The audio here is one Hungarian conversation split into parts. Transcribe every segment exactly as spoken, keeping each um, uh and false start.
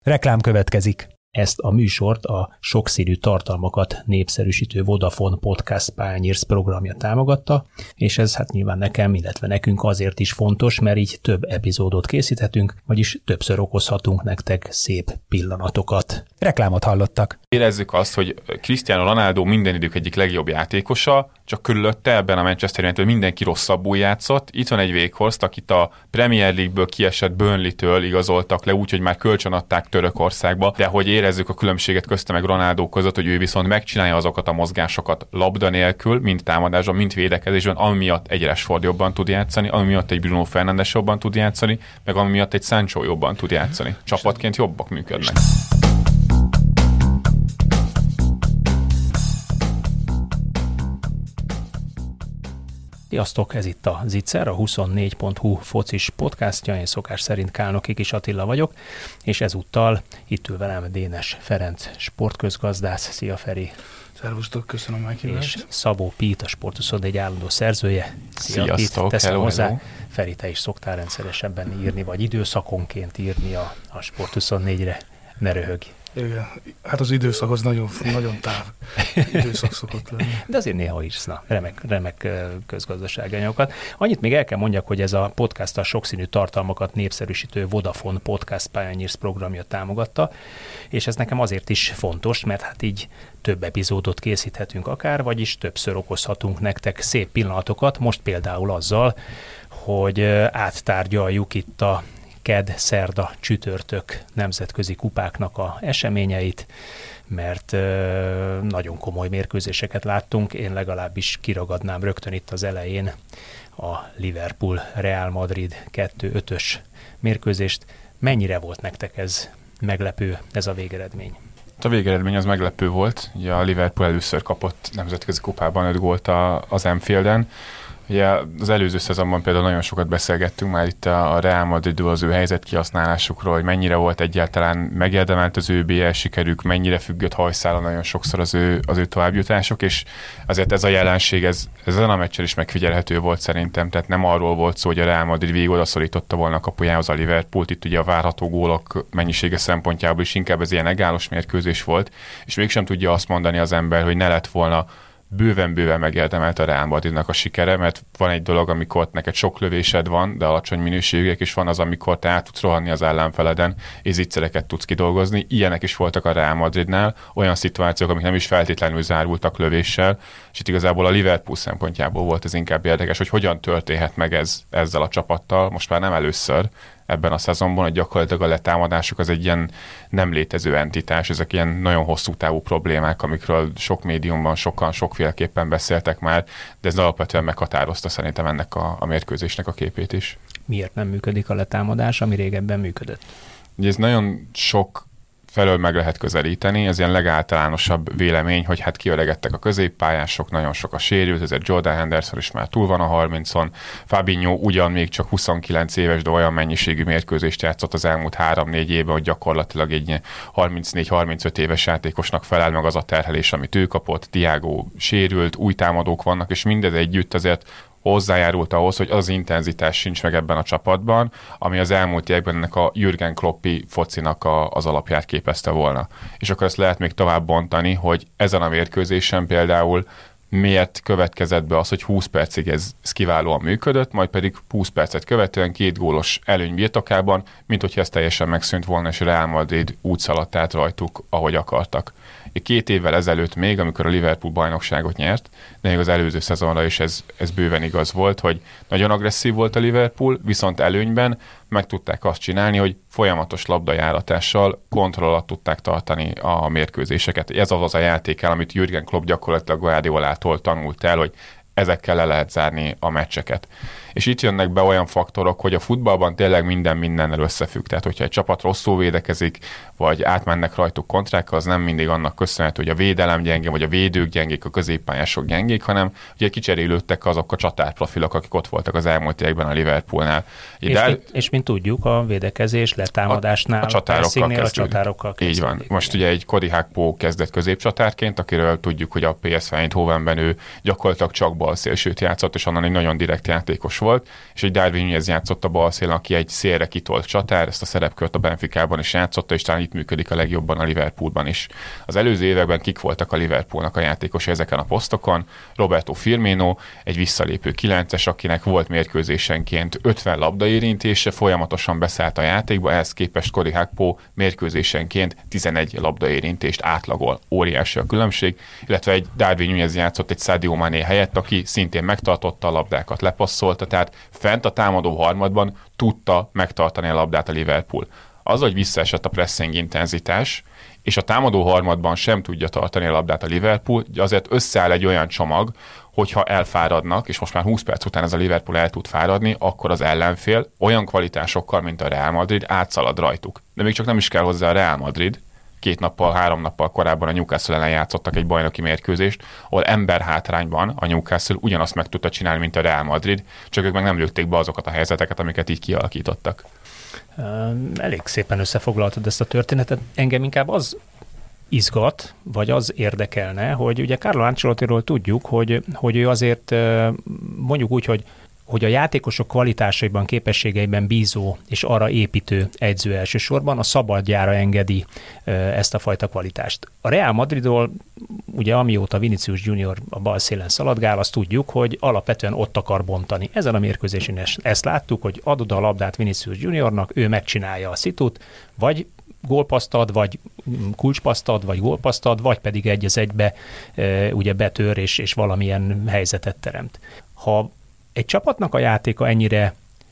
Reklám következik. Ezt a műsort a sokszínű tartalmakat népszerűsítő Vodafone Podcast Pioneers programja támogatta, és ez hát nyilván nekem, illetve nekünk azért is fontos, mert így több epizódot készíthetünk, vagyis többször okozhatunk nektek szép pillanatokat. Reklámot hallottak. Érezzük azt, hogy Cristiano Ronaldo minden idők egyik legjobb játékosa, csak körülötte ebben a Manchester United mindenki rosszabbul játszott. Itt van egy Weghorst, akit a Premier League-ből kiesett Burnley-től igazoltak le, úgyhogy már kölcsönadták Törökországba, de hogy érezzük a különbséget közte meg Ronaldo között, hogy ő viszont megcsinálja azokat a mozgásokat labda nélkül, mind támadásban, mind védekezésben, ami miatt egy Rashford jobban tud játszani, ami miatt egy Bruno Fernandes jobban tud játszani, meg ami miatt egy Sancho jobban tud játszani. Csapatként jobbak működnek. Sziasztok, ez itt a Zicser, a huszonnégy pont hu focis podcastja, én szokás szerint Kálnoki Kis Attila vagyok, és ezúttal itt ül velem Dénes Ferenc sportközgazdász. Szia Feri! Szervusztok, köszönöm a meghívást! És Szabó Pít, a Sport huszonnégy állandó szerzője. Szia, Sziasztok, Pít, teszem hello, hozzá. hello. Feri, te is szoktál rendszeresebben írni, vagy időszakonként írni a, a Sport huszonnégyre, ne röhögj. Igen, hát az időszakhoz nagyon, nagyon táv időszak szokott lenni. De azért néha is, na, remek, remek közgazdasági anyagokat. Annyit még el kell mondjak, hogy ez a podcast a sokszínű tartalmakat népszerűsítő Vodafone Podcast Pioneers programja támogatta, és ez nekem azért is fontos, mert hát így több epizódot készíthetünk akár, vagyis többször okozhatunk nektek szép pillanatokat, most például azzal, hogy áttárgyaljuk itt a kedd, szerda, csütörtök nemzetközi kupáknak a eseményeit, mert ö, nagyon komoly mérkőzéseket láttunk. Én legalábbis kiragadnám rögtön itt az elején a Liverpool-Real Madrid kettő ötös mérkőzést. Mennyire volt nektek ez meglepő, ez a végeredmény? A végeredmény az meglepő volt. Ugye a Liverpool először kapott nemzetközi kupában öt gólt az Anfielden. Ugye az előző szezonban például nagyon sokat beszélgettünk már itt a Real Madridról, az ő helyzet kihasználásukról, hogy mennyire volt egyáltalán megérdemelt az ő bé el sikerük, mennyire függött hajszálon nagyon sokszor az ő, az ő továbbjutások, és azért ez a jelenség, ez, ez ezen a meccsen is megfigyelhető volt szerintem, tehát nem arról volt szó, hogy a Real Madrid végig odaszorította volna a kapujához a Liverpoolt, itt ugye a várható gólok mennyisége szempontjából is inkább ez ilyen egálos mérkőzés volt, és mégsem tudja azt mondani az ember, hogy ne lett volna bőven-bőven megérdemelt a Real Madridnak a sikere, mert van egy dolog, amikor neked sok lövésed van, de alacsony minőségűek, és van az, amikor te át tudsz rohanni az ellenfeleden, és zicsereket tudsz kidolgozni. Ilyenek is voltak a Real Madridnál, olyan szituációk, amik nem is feltétlenül zárultak lövéssel, és itt igazából a Liverpool szempontjából volt ez inkább érdekes, hogy hogyan történhet meg ez ezzel a csapattal, most már nem először ebben a szezonban, hogy gyakorlatilag a letámadásuk az egy ilyen nem létező entitás, ezek ilyen nagyon hosszú távú problémák, amikről sok médiumban sokan sokféleképpen beszéltek már, de ez alapvetően meghatározta szerintem ennek a, a mérkőzésnek a képét is. Miért nem működik a letámadás, ami régebben működött? Ugye ez nagyon sok felől meg lehet közelíteni, ez ilyen legáltalánosabb vélemény, hogy hát kiöregedtek a középpályások, nagyon sok a sérült, ezért Jordan Henderson is már túl van a harmincon, Fabinho ugyan még csak huszonkilenc éves, de olyan mennyiségű mérkőzést játszott az elmúlt három-négy évben, hogy gyakorlatilag egy harmincnégy-harmincöt éves játékosnak felel meg az a terhelés, amit ő kapott, Thiago sérült, új támadók vannak, és mindez együtt azért hozzájárult ahhoz, hogy az intenzitás sincs meg ebben a csapatban, ami az elmúlt években ennek a Jürgen Kloppi focinak a, az alapját képezte volna. És akkor ezt lehet még tovább bontani, hogy ezen a mérkőzésen például miért következett be az, hogy húsz percig ez, ez kiválóan működött, majd pedig húsz percet követően két gólos előny birtokában, mint hogyha ez teljesen megszűnt volna, és Real Madrid úgy szaladt át rajtuk, ahogy akartak. Két évvel ezelőtt még, amikor a Liverpool bajnokságot nyert, de még az előző szezonra is ez, ez bőven igaz volt, hogy nagyon agresszív volt a Liverpool, viszont előnyben meg tudták azt csinálni, hogy folyamatos labdajáratással kontroll alatt tudták tartani a mérkőzéseket. Ez az az a játékel, amit Jürgen Klopp gyakorlatilag Guardiolától tanult el, hogy ezekkel le lehet zárni a meccseket. És itt jönnek be olyan faktorok, hogy a futballban tényleg minden mindennel összefügg. Tehát, hogyha egy csapat rosszul védekezik, vagy átmennek rajtuk kontrákkal, az nem mindig annak köszönhető, hogy a védelem gyenge, vagy a védők gyengék, a középpályások gyengék, hanem ugye kicserélődtek azok a csatárprofilok, akik ott voltak az elmúlt években a Liverpoolnál. És, el... mint, és mint tudjuk, a védekezés letámadásnál, a, a csatárokkal, a csatárokkal Így van. Most ugye egy Cody Gakpo kezdett középcsatárként, akiről tudjuk, hogy a pé es vé Eindhovenben ő gyakorlatilag csak balszélsőt játszott, és onnan egy nagyon direkt játékos volt. volt, és egy Darwin Núñez játszott a bal szélen, aki egy szélre kitolt csatár, ezt a szerepkört a Benficában is játszotta, és talán itt működik a legjobban a Liverpoolban is. Az előző években kik voltak a Liverpoolnak a játékosai ezeken a posztokon? Roberto Firmino, egy visszalépő kilences, akinek volt mérkőzésenként ötven labdaérintése, folyamatosan beszállt a játékba, ehhez képest Cody Gakpo mérkőzésenként tizenegy labdaérintést átlagol. Óriási a különbség, illetve egy Darwin Núñez játszott egy Sadio Mané helyett, aki szintén megtartotta a labdákat, lepasszolta, tehát fent a támadó harmadban tudta megtartani a labdát a Liverpool. Az, hogy visszaesett a pressing intenzitás, és a támadó harmadban sem tudja tartani a labdát a Liverpool, azért összeáll egy olyan csomag, hogyha elfáradnak, és most már húsz perc után ez a Liverpool el tud fáradni, akkor az ellenfél olyan kvalitásokkal, mint a Real Madrid, átszalad rajtuk. De még csak nem is kell hozzá a Real Madrid, két nappal, három nappal korábban a Newcastle ellen játszottak egy bajnoki mérkőzést, ahol ember hátrányban a Newcastle ugyanazt meg tudta csinálni, mint a Real Madrid, csak ők meg nem lőtték be azokat a helyzeteket, amiket így kialakítottak. Elég szépen összefoglaltad ezt a történetet. Engem inkább az izgat, vagy az érdekelne, hogy ugye Carlo Ancelottiról tudjuk, hogy, hogy ő azért mondjuk úgy, hogy hogy a játékosok kvalitásaiban, képességeiben bízó és arra építő edző elsősorban a szabadjára engedi ezt a fajta kvalitást. A Real Madridról ugye amióta Vinicius Junior a bal szélen szaladgál, azt tudjuk, hogy alapvetően ott akar bontani. Ezen a mérkőzésen ezt láttuk, hogy adod a labdát Vinicius Juniornak, ő megcsinálja a szitut, vagy gólpaszt ad, vagy kulcspaszt ad, vagy gólpaszt ad, vagy pedig egy az egybe e, ugye betör és, és valamilyen helyzetet teremt. Ha egy csapatnak a játéka ennyire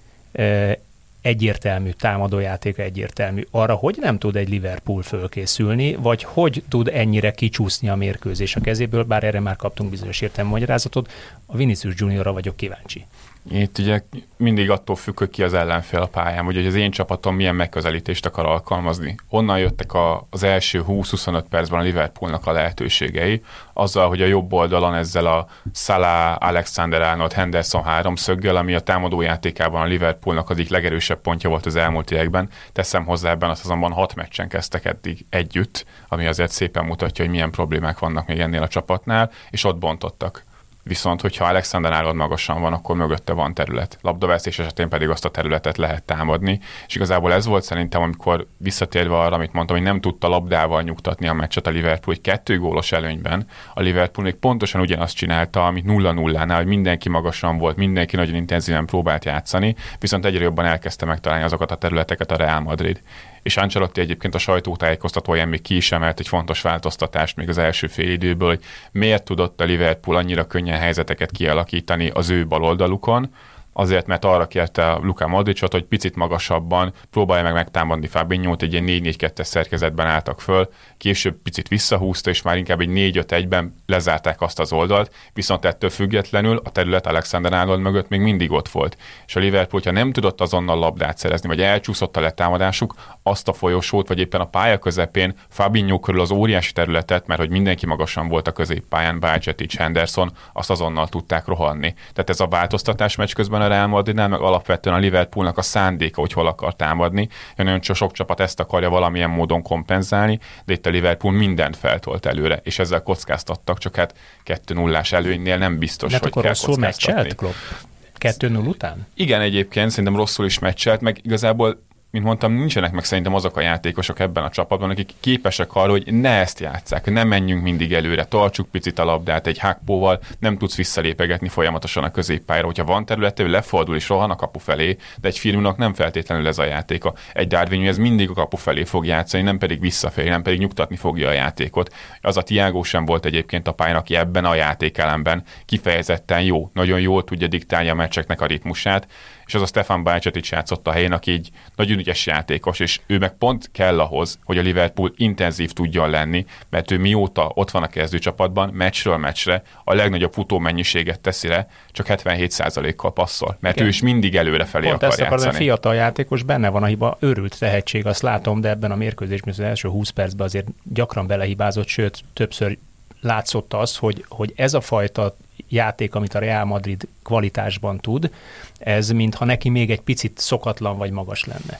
e, egyértelmű, támadójátéka egyértelmű, arra hogy nem tud egy Liverpool fölkészülni, vagy hogy tud ennyire kicsúszni a mérkőzés a kezéből, bár erre már kaptunk bizonyos értelmű magyarázatot, a Vinicius Juniorra vagyok kíváncsi. Itt ugye mindig attól függ, hogy ki az ellenfél a pályán, ugye, hogy az én csapatom milyen megközelítést akar alkalmazni. Onnan jöttek a, az első húsz-huszonöt percben a Liverpoolnak a lehetőségei, azzal, hogy a jobb oldalon ezzel a Salah, Alexander-Arnold, Henderson háromszöggel, ami a támadójátékában a Liverpoolnak az egyik legerősebb pontja volt az elmúlt években. Teszem hozzá, ebben az azonban hat meccsen kezdtek eddig együtt, ami azért szépen mutatja, hogy milyen problémák vannak még ennél a csapatnál, és ott bontottak. Viszont, hogyha Alexander-Arnold magasan van, akkor mögötte van terület. Labdavesztés esetén pedig azt a területet lehet támadni, és igazából ez volt szerintem, amikor visszatérve arra, amit mondtam, hogy nem tudta labdával nyugtatni a meccset a Liverpool, egy kettő gólos előnyben a Liverpool még pontosan ugyanazt csinálta, amit nulla nullánál, hogy mindenki magasan volt, mindenki nagyon intenzíven próbált játszani, viszont egyre jobban elkezdte megtalálni azokat a területeket a Real Madrid. És Ancelotti egyébként a sajtótájékoztatóján még ki is emelt egy fontos változtatást még az első fél időből, hogy miért tudott a Liverpool annyira könnyen helyzeteket kialakítani az ő baloldalukon, azért, mert arra kérte a Luka Modricot, hogy picit magasabban próbálja meg megtámadni Fabinhót, egy ilyen négy négy kettes szerkezetben álltak föl, később picit visszahúzta, és már inkább egy négy öt egyben lezárták azt az oldalt, viszont ettől függetlenül a terület Alexander-Arnold mögött még mindig ott volt. És a Liverpool, ha nem tudott azonnal labdát szerezni, vagy elcsúszott a letámadásuk, azt a folyosót, vagy éppen a pálya közepén Fabinho körül az óriási területet, mert hogy mindenki magasan volt a középpályán, Bajcetic, Henderson, azt azonnal tudták rohanni. Tehát ez a változtatás meccs közben a Real Madridnál, meg alapvetően a Liverpoolnak a szándéka, hogy hol akar támadni. Nagyon sok csapat ezt akarja valamilyen módon kompenzálni, de itt a Liverpool mindent feltolt előre, és ezzel kockáztattak, csak hát kettő nullás előnynél nem biztos, de hogy akkor kell rosszul meccselt, Klopp? kettő null után? Igen, egyébként szerintem rosszul is meccselt, meg igazából mint mondtam, nincsenek meg szerintem azok a játékosok ebben a csapatban, akik képesek arra, hogy ne ezt játsszák, ne menjünk mindig előre, tartsuk picit a labdát egy Gakpóval, nem tudsz visszalépegetni folyamatosan a középpályára, hogyha van területe, ő lefordul és rohan a kapu felé, de egy Firminonak nem feltétlenül ez a játéka. Egy Darwin ez mindig a kapu felé fog játszani, nem pedig visszafelé, nem pedig nyugtatni fogja a játékot. Az a Thiago sem volt egyébként a pályán, aki ebben a játékelemben kifejezetten jó, nagyon jól tudja diktálni a meccseknek a ritmusát, és az a Stefan Bajcetic játszott a helyén, aki így nagyon ügyes játékos, és ő meg pont kell ahhoz, hogy a Liverpool intenzív tudjon lenni, mert ő mióta ott van a kezdőcsapatban, meccsről meccsre a legnagyobb futó mennyiséget teszi le, csak hetvenhét százalékkal passzol, mert igen, ő is mindig előre felé akar játszani. Pont ezt akarom, fiatal játékos, benne van a hiba, őrült tehetség, azt látom, de ebben a mérkőzésben az első húsz percben azért gyakran belehibázott, sőt, többször látszott az, hogy, hogy ez a fajta játék, amit a Real Madrid kvalitásban tud, ez mintha neki még egy picit szokatlan vagy magas lenne.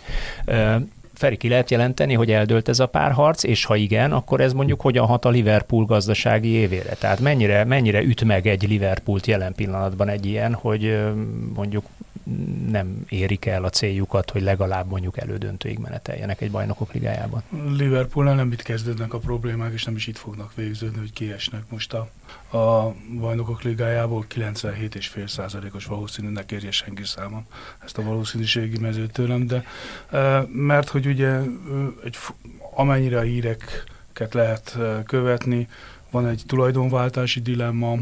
Feri, ki lehet jelenteni, hogy eldőlt ez a párharc, és ha igen, akkor ez mondjuk hogyan hat a Liverpool gazdasági évére? Tehát mennyire, mennyire üt meg egy Liverpoolt jelen pillanatban egy ilyen, hogy mondjuk nem érik el a céljukat, hogy legalább mondjuk elődöntőig meneteljenek egy bajnokok ligájában. Liverpoolnál nem itt kezdődnek a problémák, és nem is itt fognak végződni, hogy kiesnek most a, a bajnokok ligájából. kilencvenhét egész öt százalékos valószínűnek érje senki számon ezt a valószínűségi mezőt tőlem, de mert hogy ugye egy, amennyire a híreket lehet követni, van egy tulajdonváltási dilemma,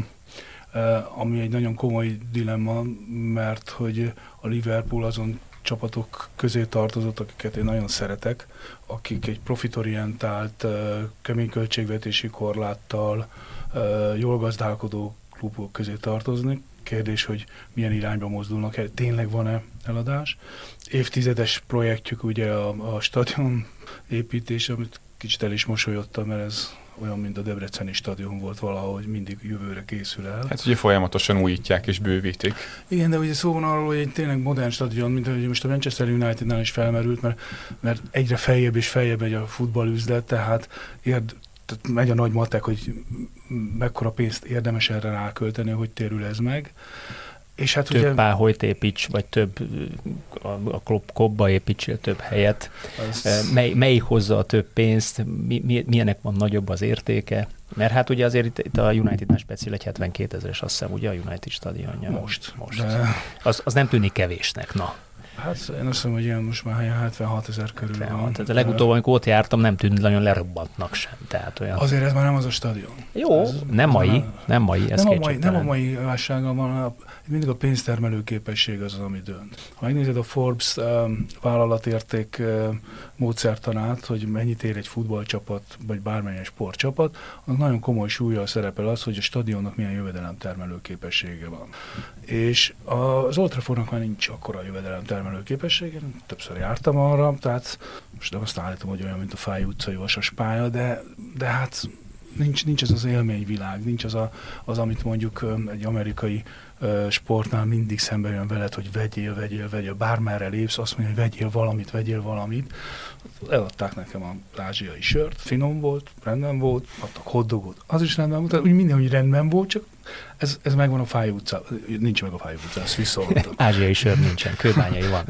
ami egy nagyon komoly dilemma, mert hogy a Liverpool azon csapatok közé tartozott, akiket én nagyon szeretek, akik egy profitorientált, kemény költségvetési korláttal, jól gazdálkodó klubok közé tartoznak. Kérdés, hogy milyen irányba mozdulnak el, tényleg van-e eladás. Évtizedes projektjük ugye a, a stadion építése, amit kicsit el is mosolyodtam, mert ez olyan, mint a debreceni stadion volt valahogy, mindig jövőre készül el. Hát ugye folyamatosan újítják és bővítik. Igen, de ugye szó van arról, hogy egy tényleg modern stadion, mint hogy most a Manchester Unitednál is felmerült, mert, mert egyre feljebb és feljebb megy a futballüzlet, tehát, érd, tehát megy a nagy matek, hogy mekkora pénzt érdemes erre rákölteni, hogy térül ez meg. És hát több ugye, páholyt építs, vagy több a, a klubba építsél több helyet. Az... Mely, melyik hozza a több pénzt, mi, mi, milyenek van nagyobb az értéke? Mert hát ugye azért itt, itt a Unitednál speciál egy hetvenkétezeres, azt hiszem, ugye a United stadionja. Most. most. De... Az, az nem tűnik kevésnek, na. Hát én azt hiszem, hogy ilyen most már hetvenhat ezer körül van. Tehát a legutóbb, amikor ott jártam, nem tűnt nagyon lerobbantnak sem. Tehát olyan... Azért ez már nem az a stadion. Jó, ez, nem, mai, nem, nem mai, ez nem a mai. Nem a mai válsággal van, mindig a pénztermelő képesség az, az, ami dönt. Ha megnézed a Forbes um, vállalatérték um, módszertanát, hogy mennyit ér egy futballcsapat, vagy bármilyen sportcsapat, annak nagyon komoly súllyal szerepel az, hogy a stadionnak milyen jövedelemtermelő képessége van. És az Old Traffordnak már nincs akkora jövedelemtermelő képessége, többször jártam arra, tehát most nem azt állítom, hogy olyan, mint a Fáy utcai vasas pálya, de, de hát nincs, nincs ez az élményvilág, nincs az, a, az amit mondjuk egy amerikai uh, sportnál mindig szembe jön veled, hogy vegyél, vegyél, vegyél, bármerre lépsz, azt mondja, hogy vegyél valamit, vegyél valamit. Eladták nekem az ázsiai sört, finom volt, rendben volt, adtak hotdogot, az is rendben volt, úgy minden, hogy rendben volt, csak ez, ez megvan a Fáy utca, nincs meg a Fáy utca, ezt visszaadtam. Ázsiai sör nincsen, kőbányai van.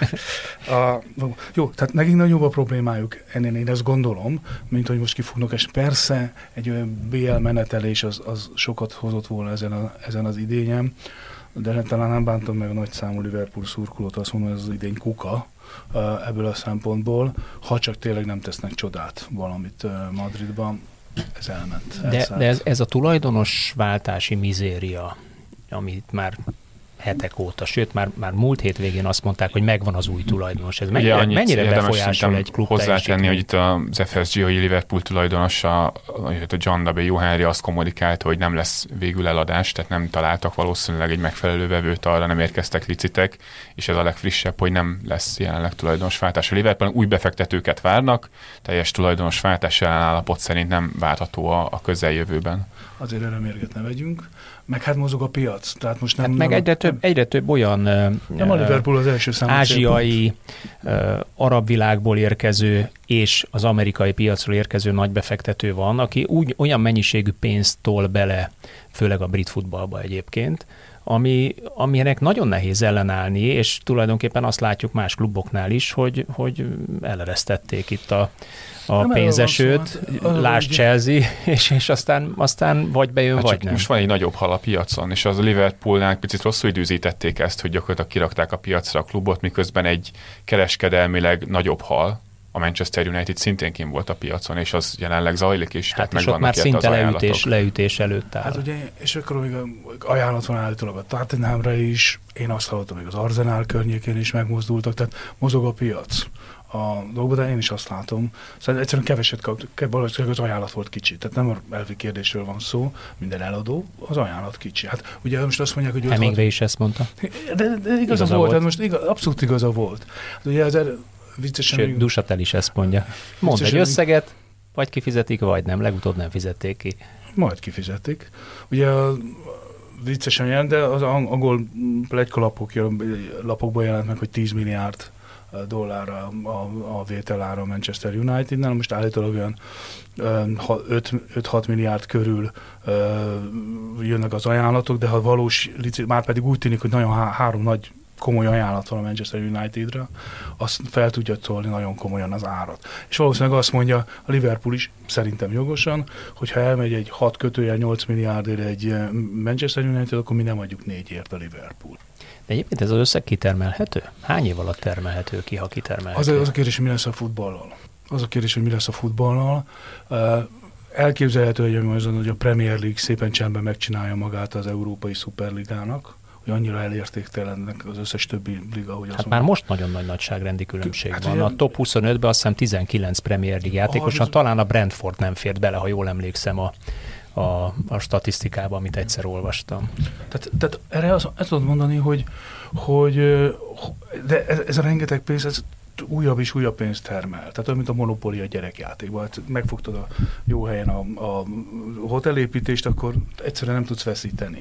a, jó, tehát nekik nagyobb a problémájuk, ennél én ezt gondolom, mint hogy most ki fognak, és persze egy olyan bé el menetelés az, az sokat hozott volna ezen, a, ezen az idényen, de talán nem bántom meg a nagyszámú Liverpool szurkolót, azt mondom, hogy ez az idény kuka ebből a szempontból, ha csak tényleg nem tesznek csodát valamit Madridban, ez elment. De, de ez, ez a tulajdonos váltási mizéria, amit már hetek óta, sőt, már, már múlt hétvégén azt mondták, hogy megvan az új tulajdonos. Ez mennyire, Ugye, mennyire befolyásol egy klub hozzátenni, hogy itt az ef es gé, hogy Liverpool tulajdonosa, a John W. Henry azt kommunikált, hogy nem lesz végül eladás, tehát nem találtak valószínűleg egy megfelelő vevőt, arra nem érkeztek licitek, és ez a legfrissebb, hogy nem lesz jelenleg tulajdonosváltás. A Liverpool új befektetőket várnak, teljes tulajdonosváltás jelenállapot szerint nem várható a, a közeljövőben. Azért erre mérget ne vegyünk. Meg hát mozog a piac. Tehát most nem, hát meg nem egyre, több, egyre több olyan nem a Liverpool az első számú ázsiai, uh, arab világból érkező és az amerikai piacról érkező nagy befektető van, aki úgy olyan mennyiségű pénzt tol bele, főleg a brit futballba egyébként, ami, aminek nagyon nehéz ellenállni, és tulajdonképpen azt látjuk más kluboknál is, hogy, hogy eleresztették itt a a nem pénzesőt, lásd Chelsea, és, és aztán, aztán vagy bejön, hát vagy nem. Most van egy nagyobb hal a piacon, és az a Liverpoolnál picit rosszul időzítették ezt, hogy gyakorlatilag kirakták a piacra a klubot, miközben egy kereskedelmileg nagyobb hal, a Manchester United szintén kint volt a piacon, és az jelenleg zajlik is. Hát és ott már szinte leütés, leütés előtt áll. Hát ugye, és akkor még ajánlat van állítólag a Tottenhamra is, én azt hallottam, hogy az Arsenal környékén is megmozdultak, tehát mozog a piac a dolgokban, de én is azt látom. Szóval egyszerűen keveset kap, valószínűleg az ajánlat volt kicsi. Tehát nem elvi kérdésről van szó, minden eladó, az ajánlat kicsi. Hát ugye most azt mondják, hogy... Hemingway hat... is ezt mondta. De, de igaza, igaza volt, volt. Hát most igaz, abszolút igaza volt. Hát ugye ez viccesen... Sőt, Dusatel is ezt mondja. Mondd egy összeget, vagy kifizetik, vagy nem. Legutóbb nem fizették ki. Majd kifizetik. Ugye viccesen jelent, de az angol pletykalapok lapokban jelent meg, hogy tíz milliárd dollárra a, a vételára a Manchester Unitednál, most állítólag olyan öt-hat milliárd körül ö, jönnek az ajánlatok, de ha valós, már pedig úgy tűnik, hogy nagyon há, három nagy komoly ajánlat van a Manchester Unitedra, azt fel tudja tolni nagyon komolyan az árat. És valószínűleg azt mondja a Liverpool is, szerintem jogosan, hogy ha elmegy egy hat kötőjel nyolc milliárdért egy Manchester United, akkor mi nem adjuk négyért a Liverpool. De egyébként ez az összeg kitermelhető? Hány év alatt termelhető ki, ha kitermelhető? Az, az a kérdés, hogy mi lesz a futballal. Az a kérdés, hogy mi lesz a futballal. Elképzelhető, hogy a Premier League szépen csendben megcsinálja magát az Európai Szuperligának, hogy annyira elértéktelennek az összes többi liga, hogy hát azt már most nagyon nagy nagyságrendi különbség hát van. ugye, A top huszonötben azt hiszem tizenkilenc Premier League játékosan, talán a Brentford nem fért bele, ha jól emlékszem a, a, a statisztikába, amit egyszer olvastam. Tehát, tehát erre azt, azt tudod mondani, hogy, hogy de ez, ez a rengeteg pénz, ez újabb és újabb pénzt termel. Tehát olyan, mint a monopólia a gyerekjátékban. Hát megfogtad a jó helyen a, a hotelépítést, akkor egyszerűen nem tudsz veszíteni.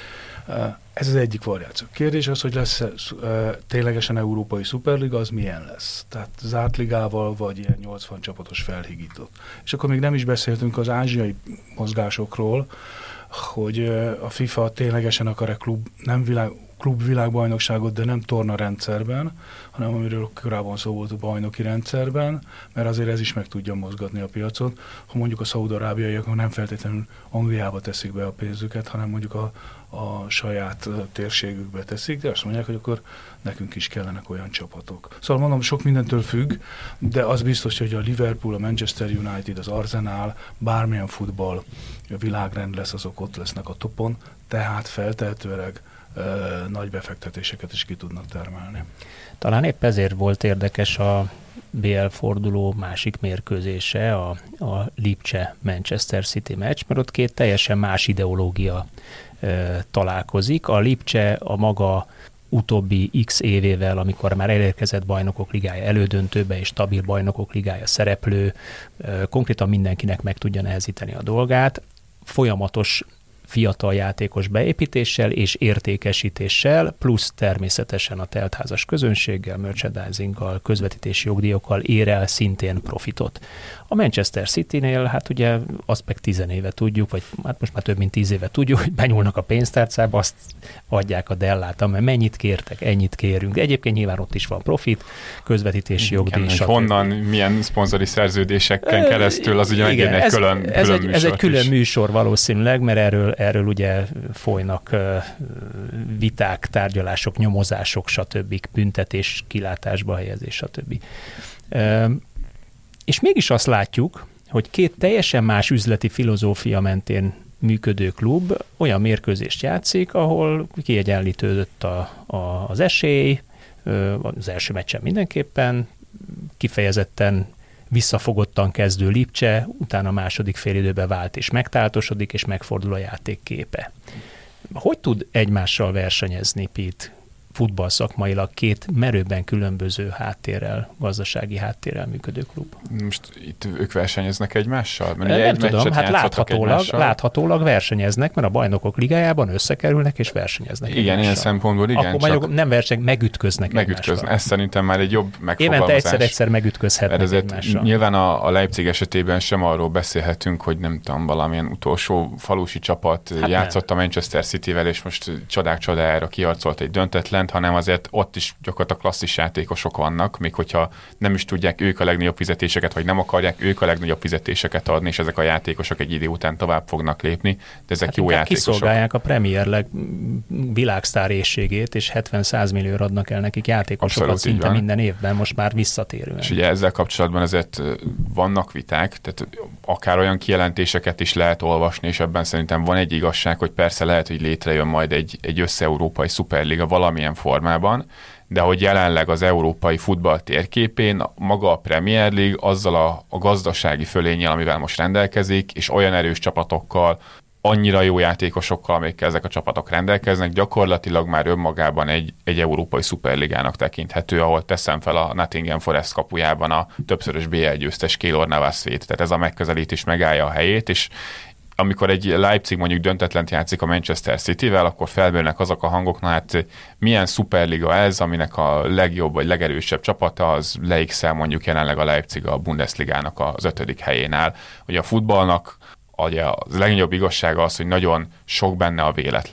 Ez az egyik variáció. Kérdés az, hogy lesz ténylegesen európai szuperliga, az milyen lesz? Tehát zárt ligával, vagy ilyen nyolcvan csapatos felhigított. És akkor még nem is beszéltünk az ázsiai mozgásokról, hogy a FIFA ténylegesen akar-e klub, nem világ, klub világbajnokságot, de nem torna rendszerben, hanem amiről korábban szó volt a bajnoki rendszerben, mert azért ez is meg tudja mozgatni a piacot. Ha mondjuk a szaúd-arábiaiak nem feltétlenül Angliába teszik be a pénzüket, hanem mondjuk a, a saját térségükbe teszik, de azt mondják, hogy akkor nekünk is kellenek olyan csapatok. Szóval mondom, sok mindentől függ, de az biztos, hogy a Liverpool, a Manchester United, az Arsenal, bármilyen futball, a világrend lesz, azok ott lesznek a topon, tehát feltehetőleg nagy befektetéseket is ki tudnak termelni. Talán épp ezért volt érdekes a bé el forduló másik mérkőzése, a, a Lipcse-Manchester City meccs, mert ott két teljesen más ideológia e, találkozik. A Lipcse a maga utóbbi x évével, amikor már elérkezett bajnokok ligája elődöntőbe és stabil bajnokok ligája szereplő, e, konkrétan mindenkinek meg tudja nehezíteni a dolgát, folyamatos fiatal játékos beépítéssel és értékesítéssel, plusz természetesen a teltházas közönséggel, merchandisinggal, közvetítési jogdíjakkal ér el szintén profitot. A Manchester Citynél, hát ugye azt meg tizen éve tudjuk, vagy hát most már több mint tíz éve tudjuk, hogy benyúlnak a pénztárcába, azt adják a dellát, mert mennyit kértek, ennyit kérünk. De egyébként nyilván ott is van profit, közvetítési jogdíj. Honnan, milyen szponzori szerződéseken keresztül, az ugye igen, egy ez, külön, ez, külön egy, ez egy külön is. műsor valószínűleg, mert erről, erről ugye folynak uh, viták, tárgyalások, nyomozások, stb. Büntetés, kilátásba helyezés, stb. Uh, és mégis azt látjuk, hogy két teljesen más üzleti filozófia mentén működő klub olyan mérkőzést játszik, ahol kiegyenlítődött a, a, az esély, az első meccsen mindenképpen, kifejezetten visszafogottan kezdő Lipcse, utána a második félidőben vált és megtáltosodik, és megfordul a játék képe. Hogy tud egymással versenyezni, Pete, futballszakmailag két merőben különböző háttérrel, gazdasági háttérrel működő klub? Most itt ők versenyeznek egymással? Mert nem egy tudom, hát láthatólag, láthatólag versenyeznek, mert a bajnokok ligájában összekerülnek és versenyeznek igen, egymással. Ilyen szempontból igen. Akkor csak nem verseny, megütköznek megütköznek. egymással. Ez szerintem már egy jobb megfogalmazás. Évente egyszer-egyszer megütközhetnek egymással. Nyilván a, a Leipzig esetében sem arról beszélhetünk, hogy nem tudom, valamilyen utolsó falusi csapat hát játszott nem. a Manchester Cityvel, és most csodák csodájára kiarcolt egy döntetlen, hanem azért ott is gyakorlatilag klasszis játékosok vannak, még hogyha nem is tudják ők a legnagyobb fizetéseket, vagy nem akarják ők a legnagyobb fizetéseket adni, és ezek a játékosok egy idő után tovább fognak lépni, de ezek hát jó játékosok. Kiszolgálják a Premier League világsztár éhségét, és hetven-száz millióra adnak el nekik játékosokat Abszolút, szinte minden évben, most már visszatérően. És ugye ezzel kapcsolatban azért vannak viták, tehát akár olyan kijelentéseket is lehet olvasni, és ebben szerintem van egy igazság, hogy persze lehet, hogy létrejön majd egy, egy össze-európai szuperliga valamilyen formában, de hogy jelenleg az európai futball térképén maga a Premier League azzal a, a gazdasági fölénnyel, amivel most rendelkezik, és olyan erős csapatokkal, annyira jó játékosokkal, amikkel ezek a csapatok rendelkeznek, gyakorlatilag már önmagában egy, egy európai szuperligának tekinthető, ahol teszem fel a Nottingham Forest kapujában a többszörös bé el győztes Keylor Navas-ét. Tehát ez a megközelítés megállja a helyét, és amikor egy Leipzig mondjuk döntetlent játszik a Manchester Cityvel, akkor felbőrnek azok a hangok, na hát milyen szuperliga ez, aminek a legjobb vagy legerősebb csapata, az leigszel mondjuk jelenleg a Leipzig a Bundesligának az ötödik helyén áll. Ugye a futballnak ugye a legnagyobb igazsága az, hogy nagyon sok benne a véletlen.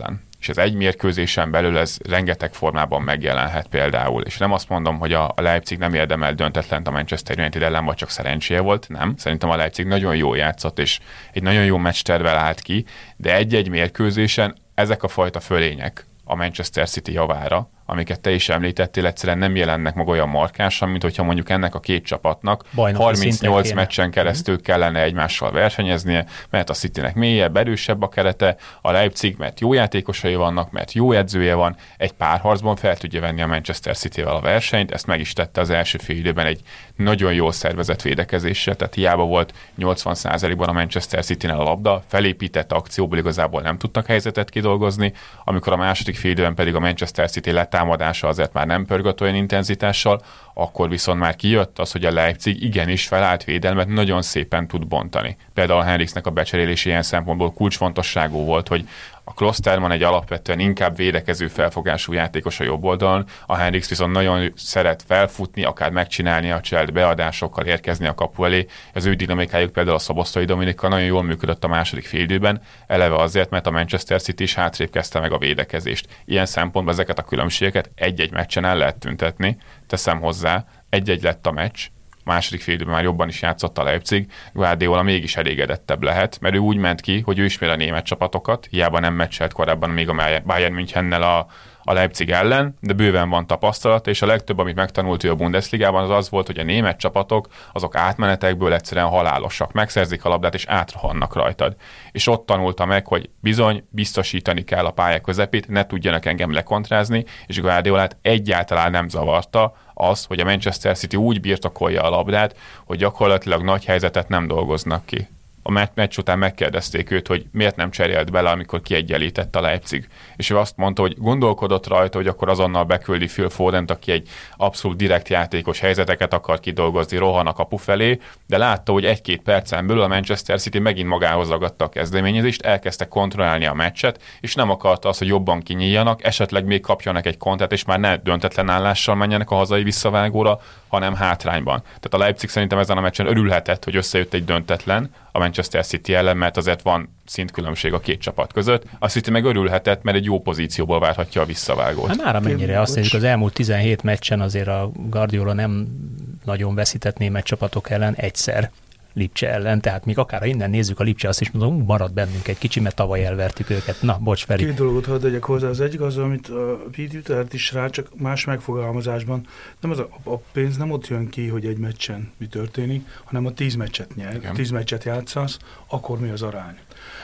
és az egy mérkőzésen belül ez rengeteg formában megjelenhet például. És nem azt mondom, hogy a Leipzig nem érdemelt döntetlent a Manchester United ellen, vagy csak szerencséje volt, nem. Szerintem a Leipzig nagyon jól játszott, és egy nagyon jó meccstervvel állt ki, de egy-egy mérkőzésen ezek a fajta fölények a Manchester City javára, amiket te is említettél, egyszerűen nem jelennek meg olyan markánsan, mint hogyha mondjuk ennek a két csapatnak Bajnoki harmincnyolc meccsen keresztül kellene egymással versenyeznie, mert a Citynek mélyebb, erősebb a kerete, a Leipzig, mert jó játékosai vannak, mert jó edzője van, egy párharcban fel tudja venni a Manchester Cityvel a versenyt, ezt meg is tette az első fél időben egy nagyon jól szervezett védekezéssel, tehát hiába volt nyolcvan százalékban a Manchester Citynél a labda, felépített akcióból igazából nem tudtak helyzetet kidolgozni, amikor a második fél időben pedig a Manchester City letámadása azért már nem pörgött olyan intenzitással, akkor viszont már kijött az, hogy a Leipzig igenis felállt védelmet nagyon szépen tud bontani. Például a Henriksnek a becserélése ilyen szempontból kulcsfontosságú volt, hogy a Klosterman egy alapvetően inkább védekező felfogású játékos a jobb oldalon, a Henriks viszont nagyon szeret felfutni, akár megcsinálni a cselt beadásokkal, érkezni a kapu elé. Az ő dinamikájuk például a Szoboszlai Dominikkal nagyon jól működött a második fél időben, eleve azért, mert a Manchester City is hátrébb kezdte meg a védekezést. Ilyen szempontból ezeket a különbségeket egy-egy meccsen el lehet tüntetni, teszem hozzá, egy-egy lett a meccs, második fél időben már jobban is játszott a Leipzig, Guardiola mégis elégedettebb lehet, mert ő úgy ment ki, hogy ő ismér a német csapatokat, hiába nem meccselt korábban még a Bayern Münchennel a, a Leipzig ellen, de bőven van tapasztalata, és a legtöbb, amit megtanult ő a Bundesligában, az az volt, hogy a német csapatok azok átmenetekből egyszerűen halálosak, megszerzik a labdát, és átrohannak rajtad. És ott tanulta meg, hogy bizony biztosítani kell a pálya közepét, ne tudjanak engem lekontrázni, és Guardiolát egyáltalán nem zavarta az, hogy a Manchester City úgy birtokolja a labdát, hogy gyakorlatilag nagy helyzetet nem dolgoznak ki. A meccs után megkérdezték őt, hogy miért nem cserélt bele, amikor kiegyenlített a Leipzig. És ő azt mondta, hogy gondolkodott rajta, hogy akkor azonnal beküldi Phil Fodent, aki egy abszolút direkt játékos, helyzeteket akar kidolgozni, rohan a kapu felé, de látta, hogy egy-két percen belül a Manchester City megint magához ragadta a kezdeményezést, elkezdte kontrollálni a meccset, és nem akarta azt, hogy jobban kinyíljanak, esetleg még kapjanak egy kontert, és már ne döntetlen állással menjenek a hazai visszavágóra, hanem hátrányban. Tehát a Leipzig szerintem ezen a meccsen örülhetett, hogy összejött egy döntetlen a Manchester City ellen, mert azért van szintkülönbség a két csapat között. A City meg örülhetett, mert egy jó pozícióból várhatja a visszavágót. Hát mára mennyire azt mondjuk, az elmúlt tizenhét meccsen azért a Guardiola nem nagyon veszített német csapatok ellen egyszer. Lipcse ellen, tehát még akár innen nézzük a Lipcse, azt is mondom, marad bennünk egy kicsi, mert tavaly elvertük őket. Na, bocs, Feri. Két dolgot hadd tegyek hozzá. Az egyik az, amit a Pete ütelt is rá, csak más megfogalmazásban. Nem az a, a pénz nem ott jön ki, hogy egy meccsen mi történik, hanem a tíz meccset nyer, Igen. tíz meccset játszasz, akkor mi az arány.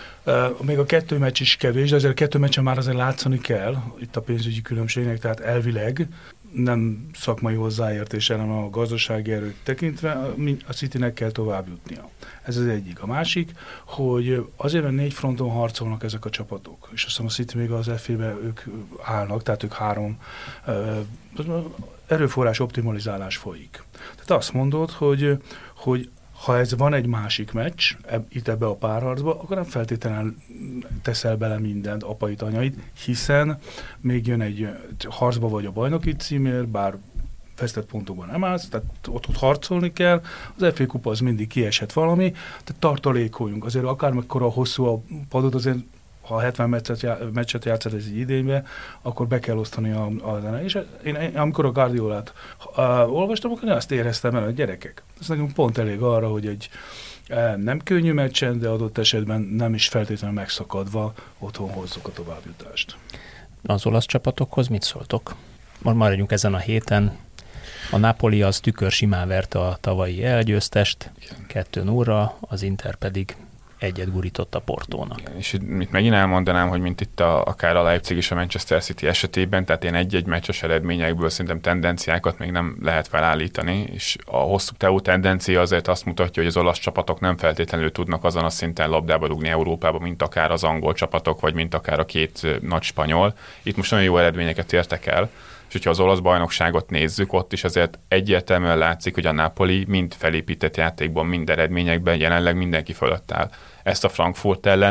Uh, még a kettő meccs is kevés, de azért a kettő meccsen már azért látszani kell itt a pénzügyi különbségnek, tehát elvileg nem szakmai hozzáértés, hanem a gazdasági erőt tekintve a Citynek kell tovább jutnia. Ez az egyik. A másik, hogy azért, mert négy fronton harcolnak ezek a csapatok, és azt hiszem a City még az ef á-ben ők állnak, tehát ők három uh, erőforrás optimalizálás folyik. Tehát azt mondod, hogy, hogy ha ez van egy másik meccs, eb, itt ebbe a párharcba, akkor nem feltétlenül teszel bele mindent, apait, anyait, hiszen még jön egy harcba vagy a bajnoki címért, bár vesztett pontokban nem állsz, tehát ott, ott harcolni kell, az ef á kupa az mindig kiesett valami, tehát tartalékoljunk. Azért akármekkora hosszú a padot, azért ha hetven meccset, já, meccset játszod ez egy idénybe, akkor be kell osztani a, a zene. És én, én amikor a Guardiolát uh, olvastam, akkor azt éreztem el, hogy gyerekek. Ez nekünk pont elég arra, hogy egy uh, nem könnyű meccsen, de adott esetben nem is feltétlenül megszakadva otthon hozzuk a továbbjutást. Az olasz csapatokhoz mit szóltok? Most maradjunk ezen a héten. A Napoli az tükör simán verte a tavalyi elgyőztest, kettő nulla, az Inter pedig egyet gurított a Portónak. Igen, és itt megint elmondanám, hogy mint itt a, akár a Leipzig és a Manchester City esetében, tehát én egy-egy meccses eredményekből szerintem tendenciákat még nem lehet felállítani, és a hosszú távú tendencia azért azt mutatja, hogy az olasz csapatok nem feltétlenül tudnak azon a szinten labdába rúgni Európába, mint akár az angol csapatok, vagy mint akár a két nagy spanyol. Itt most nagyon jó eredményeket értek el, és hogyha az olasz bajnokságot nézzük, ott is azért egyértelműen látszik, hogy a Napoli mind felépített játékban, mind eredményekben jelenleg mindenki fölött áll. Ezt a Frankfurt ellen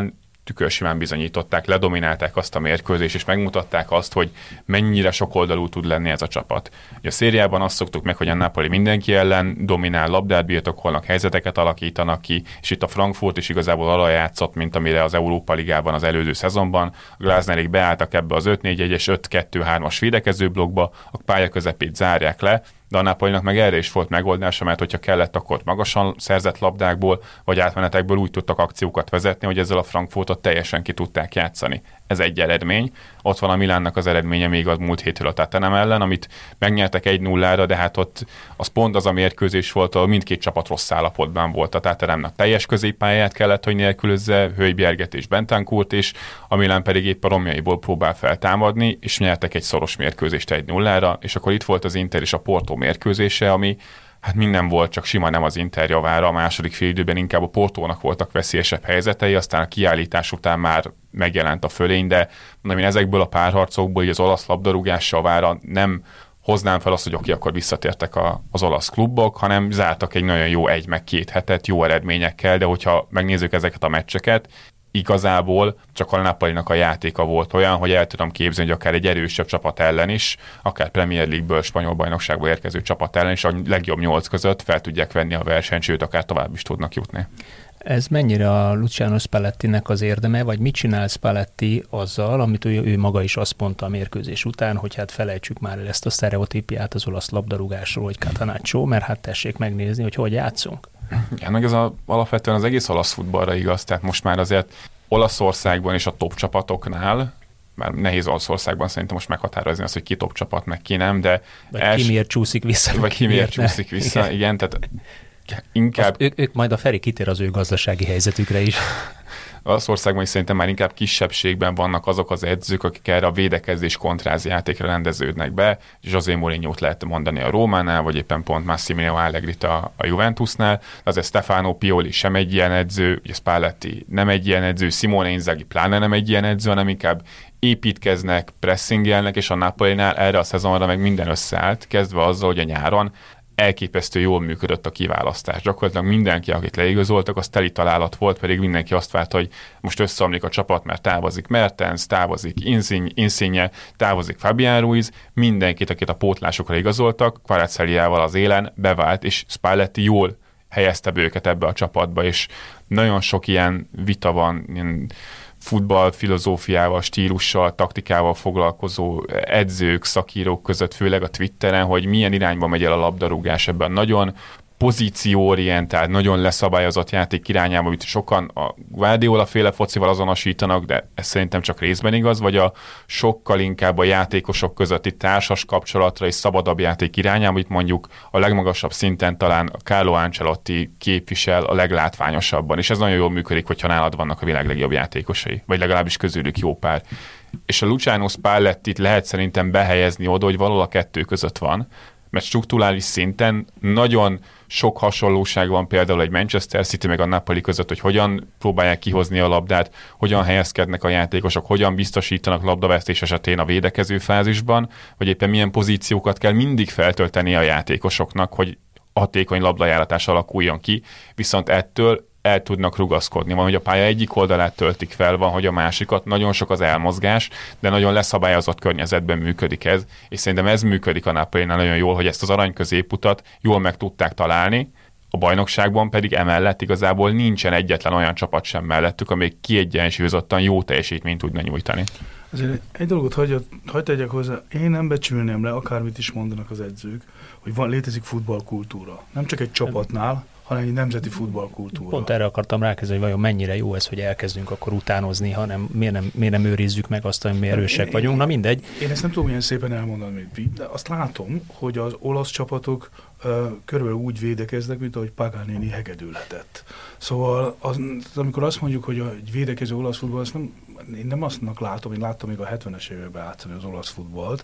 tükörsimán bizonyították, ledominálták azt a mérkőzést, és megmutatták azt, hogy mennyire sokoldalú tud lenni ez a csapat. Ugye a szériában azt szoktuk meg, hogy a Napoli mindenki ellen dominál, labdát birtokolnak, helyzeteket alakítanak ki, és itt a Frankfurt is igazából arra játszott, mint amire az Európa Ligában az előző szezonban. A Glasnerik beálltak ebbe az öt négy egyes öt kettő hármas védekező blokkba, a pálya közepét zárják le, de a Napolinak meg erre is volt megoldása, mert hogyha kellett, akkor magasan szerzett labdákból, vagy átmenetekből úgy tudtak akciókat vezetni, hogy ezzel a Frankfurtot teljesen ki tudták játszani. Ez egy eredmény. Ott van a Milánnak az eredménye még az múlt hétről a Tottenham ellen, amit megnyertek egy nullára, de hát ott az pont az a mérkőzés volt, ahol mindkét csapat rossz állapotban volt. A Tottenhamnak teljes középpályát kellett, hogy nélkülözze, Højbjerget és Bentancurt is, a Milán pedig épp a romjaiból próbál feltámadni, és nyertek egy szoros mérkőzést egy nullára, és akkor itt volt az Inter és a Porto mérkőzése, ami hát minden volt, csak sima nem az Inter javára. A második félidőben inkább a Portónak voltak veszélyesebb helyzetei, aztán a kiállítás után már megjelent a fölény, de mondom, én ezekből a párharcokból, így az olasz labdarúgás javára nem hoznám fel azt, hogy oké, akkor visszatértek a, az olasz klubok, hanem zártak egy nagyon jó egy meg két hetet, jó eredményekkel, de hogyha megnézzük ezeket a meccseket, igazából csak a Napolinak a játéka volt olyan, hogy el tudom képzelni, hogy akár egy erősebb csapat ellen is, akár Premier League-ből, spanyol bajnokságból érkező csapat ellen is, a legjobb nyolc között fel tudják venni a versenyt, sőt, akár tovább is tudnak jutni. Ez mennyire a Luciano Spallettinek az érdeme, vagy mit csinál Spalletti azzal, amit ő, ő maga is azt mondta a mérkőzés után, hogy hát felejtsük már el ezt a sztereotípiát az olasz labdarúgásról, hogy Catenaccio, mert hát tessék megnézni, hogy hogy játszunk. Igen, meg ez a, alapvetően az egész olasz futballra igaz, tehát most már azért Olaszországban és a top csapatoknál, már nehéz Olaszországban szerintem most meghatározni azt, hogy ki top csapat, meg ki nem, de... Vagy els... ki miért csúszik vissza. Vagy ki miért csúszik vissza, igen, igen tehát inkább... Azt, ők, ők majd a Feri kitér az ő gazdasági helyzetükre is. Olaszországban is szerintem már inkább kisebbségben vannak azok az edzők, akik erre a védekezés kontrázi játékra rendeződnek be. José Mourinho-t lehet mondani a Rómánál, vagy éppen pont Massimiliano Allegrit a, a Juventusnál. Azért Stefano Pioli sem egy ilyen edző, ugye Spalletti nem egy ilyen edző, Simone Inzaghi pláne nem egy ilyen edző, hanem inkább építkeznek, pressingelnek, és a Napolinál erre a szezonra meg minden összeállt, kezdve azzal, hogy a nyáron elképesztő jól működött a kiválasztás. Gyakorlatilag mindenki, akit leigazoltak, az teli találat volt, pedig mindenki azt várt, hogy most összeomlik a csapat, mert távozik Mertens, távozik Insigne, távozik Fabián Ruiz, mindenkit, akit a pótlásokra igazoltak, Kvaratskhelia-val az élen bevált, és Spalletti jól helyezte be őket ebbe a csapatba, és nagyon sok ilyen vita van, ilyen futball filozófiával, stílussal, taktikával foglalkozó edzők, szakírók között, főleg a Twitteren, hogy milyen irányba megy el a labdarúgás ebben. Nagyon pozícióorientált, nagyon leszabályozott játék irányába, amit sokan a Guardiola féle focival azonosítanak, de ez szerintem csak részben igaz, vagy a sokkal inkább a játékosok közötti társas kapcsolatra és szabadabb játék irányába, amit mondjuk a legmagasabb szinten talán a Carlo Ancelotti képvisel a leglátványosabban, és ez nagyon jól működik, hogyha nálad vannak a világ legjobb játékosai, vagy legalábbis közülük jó pár. És a Luciano Spallettit lehet szerintem behelyezni oda, hogy valahol a kettő között van, mert strukturális szinten nagyon sok hasonlóság van például egy Manchester City meg a Napoli között, hogy hogyan próbálják kihozni a labdát, hogyan helyezkednek a játékosok, hogyan biztosítanak labdavesztés esetén a védekező fázisban, vagy éppen milyen pozíciókat kell mindig feltölteni a játékosoknak, hogy hatékony labdajáratás alakuljon ki, viszont ettől el tudnak rugaszkodni. Van, hogy a pálya egyik oldalát töltik fel, van, hogy a másikat. Nagyon sok az elmozgás, de nagyon leszabályozott környezetben működik ez, és szerintem ez működik a Napolinál nagyon jól, hogy ezt az arany középutat jól meg tudták találni, a bajnokságban pedig emellett igazából nincsen egyetlen olyan csapat sem mellettük, amelyik kiegyensúlyozottan jó teljesítményt tudna nyújtani. Azért egy dolgot hagyj, hagyj tegyek hozzá, én nem becsülném le, akármit is mondanak az edzők, hogy van, létezik futballkultúra. Nem csak egy csapatnál, hanem egy nemzeti futballkultúra. Pont erre akartam rákezdeni, hogy vajon mennyire jó ez, hogy elkezdünk akkor utánozni, hanem miért nem, miért nem őrizzük meg azt, hogy mi erősek én, vagyunk. Na mindegy. Én ezt nem tudom ilyen szépen elmondani, de azt látom, hogy az olasz csapatok uh, körülbelül úgy védekeznek, mint ahogy Paganini hegedülhetett. Szóval az, amikor azt mondjuk, hogy egy védekező olasz futball, azt nem, én nem aztnak látom, én láttam még a hetvenes években játszani az olasz futballt,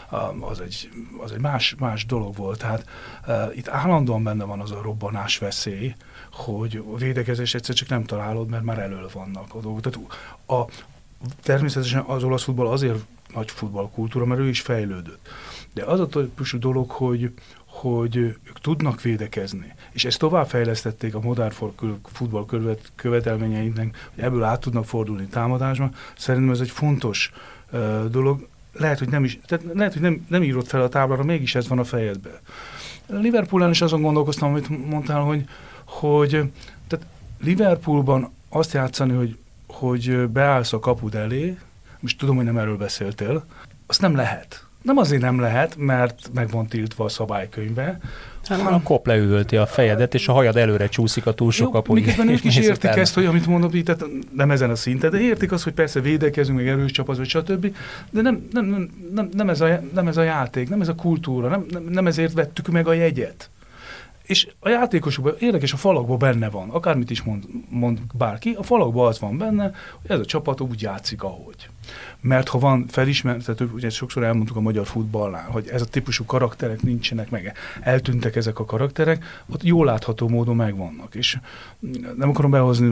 az egy, az egy más, más dolog volt. Tehát uh, itt állandóan benne van az a robbanás veszély, hogy a védekezés egyszer csak nem találod, mert már elől vannak a dolgok. Tehát a, természetesen az olasz futball azért nagy futballkultúra, mert ő is fejlődött. De az a típusú dolog, hogy, hogy ők tudnak védekezni, és ezt továbbfejlesztették a modern futball követelményeinknek, hogy ebből át tudnak fordulni támadásba. Szerintem ez egy fontos uh, dolog. Lehet, hogy nem is, tehát lehet, hogy nem, nem írod fel a táblára, mégis ez van a fejedben. Liverpoolán is azon gondolkoztam, amit mondtál, hogy, hogy tehát Liverpoolban azt játszani, hogy, hogy beállsz a kapud elé, most tudom, hogy nem erről beszéltél, azt nem lehet. Nem azért nem lehet, mert meg van tiltva a szabálykönyvbe. Hát hanem, a kop leüvölti a fejedet, és a hajad előre csúszik a túlsó kapuig. Miközben ők is értik el. Ezt, hogy amit mondom, így, tehát nem ezen a szinten, de értik azt, hogy persze védekezünk, meg erős csapat, vagy stb. De nem, nem, nem, nem, nem, ez a, nem ez a játék, nem ez a kultúra, nem, nem, nem ezért vettük meg a jegyet. És a játékosokban érdekes, a falakban benne van, akármit is mond, mond bárki, a falakban az van benne, hogy ez a csapat úgy játszik, ahogy. Mert ha van felismertető, ugye sokszor elmondtuk a magyar futballnál, hogy ez a típusú karakterek nincsenek meg, eltűntek ezek a karakterek, ott jól látható módon megvannak. És nem akarom behozni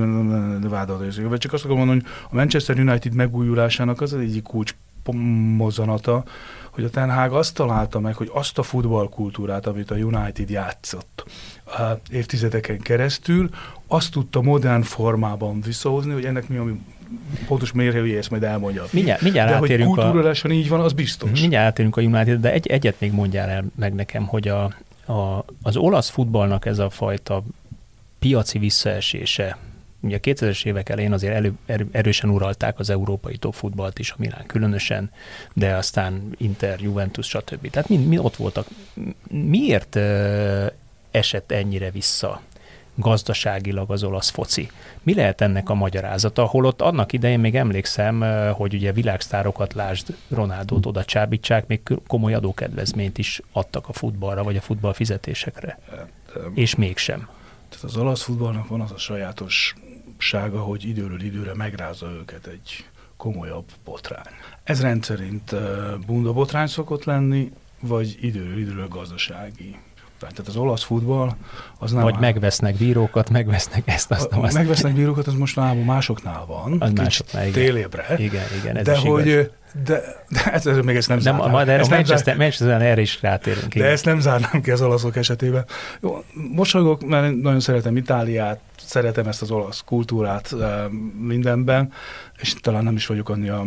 vádat, csak azt akarom mondani, hogy a Manchester United megújulásának az egyik kulcs mozzanata, hogy a Ten Hag azt találta meg, hogy azt a futballkultúrát, amit a United játszott uh, évtizedeken keresztül, azt tudta modern formában visszahozni, hogy ennek mi a pontos mérhelője, ezt majd elmondja. Mindjárt, mindjárt de hogy kultúrálisan a... így van, az biztos. Mindjárt átérünk a United, de egy, egyet még mondjál el meg nekem, hogy a, a, az olasz futballnak ez a fajta piaci visszaesése, ugye a kétezres évek elején azért elő, erő, erősen uralták az európai top futballt is, a Milán különösen, de aztán Inter, Juventus, stb. Tehát mind, mind ott voltak. Miért uh, esett ennyire vissza gazdaságilag az olasz foci? Mi lehet ennek a magyarázata? Holott annak idején még emlékszem, uh, hogy ugye világsztárokat, lásd Ronaldót oda csábítsák, még komoly adókedvezményt is adtak a futballra, vagy a futball fizetésekre. Um, És mégsem. Tehát az olasz futballnak van az a sajátossága, hogy időről időre megrázza őket egy komolyabb botrány. Ez rendszerint uh, bunda botrány szokott lenni, vagy időről időre gazdasági. Tehát az olasz futball az nem... Vagy áll. Megvesznek bírókat, megvesznek ezt, azt, a, azt. Megvesznek bírókat, az most másoknál van. Az másoknál, igen. Télébre. Igen, igen, ez de is hogy, igaz. De, de ez, ez még ezt nem zárnám. Majd erre, ezt Manchester, zár... Manchester erre is rátérünk. De ezt nem zárnám ki az olaszok esetében. Jó, mosolygok, mert nagyon szeretem Itáliát, szeretem ezt az olasz kultúrát mindenben, és talán nem is vagyok annyira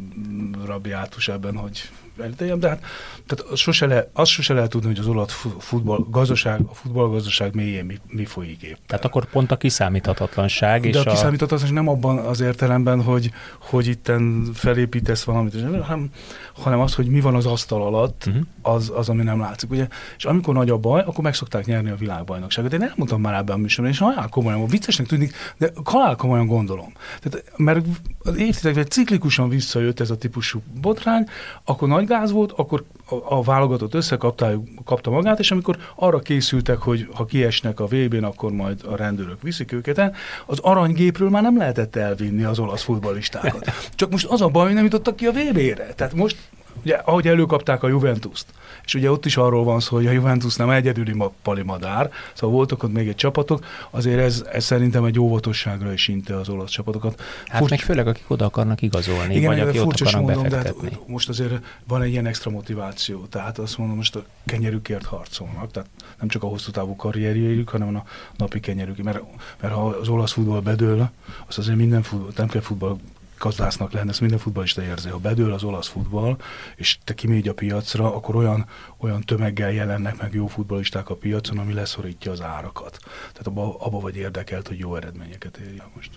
rabiátus ebben, hogy elítéljem, de hát tehát sose le, azt sose lehet tudni, hogy az olasz futball gazdaság, a futballgazdaság mélyén mi, mi folyik éppen. Tehát akkor pont a kiszámíthatatlanság. De és a, a kiszámíthatatlanság nem abban az értelemben, hogy, hogy itten felépítesz valamit, hanem, hanem az, hogy mi van az asztal alatt, uh-huh. az, az, ami nem látszik. Ugye? És amikor nagy a baj, akkor meg szokták nyerni a világbajnokságot. Én elmondtam már ebben a műsorban, és halál komolyan, viccesnek tűnik, de halál komolyan gondolom. Tehát, mert az évtizedekben ciklikusan visszajött ez a típusú botrány, akkor nagy gáz volt, akkor a, a válogatott összekapta kapta magát, és amikor arra készültek, hogy ha kiesnek a vé bén, akkor majd a rendőrök viszik őket el, az aranygépről már nem lehetett elvinni az olasz futballistákat. Csak most az a baj, hogy nem jutottak ki a vé bére. Tehát most, ugye, ahogy előkapták a Juventust, és ugye ott is arról van szó, hogy a Juventus nem egyedüli palimadár, szóval voltak ott még egy csapatok, azért ez, ez szerintem egy óvatosságra is inte az olasz csapatokat. Hát Furcsa... meg főleg, akik oda akarnak igazolni, igen, vagy akik ott akarnak mondom, befektetni. de hát most azért van egy ilyen extra motiváció, tehát azt mondom, most a kenyerükért harcolnak, tehát nem csak a hosszú távú karrierjük, hanem a napi kenyerük, mert, mert ha az olasz futball bedől, az azért minden futball, nem kell futball gazdásznak lenne, ezt minden futballista érzi. Ha bedől az olasz futball, és te kimégy a piacra, akkor olyan, olyan tömeggel jelennek meg jó futballisták a piacon, ami leszorítja az árakat. Tehát abba, abba vagy érdekelt, hogy jó eredményeket érjen most.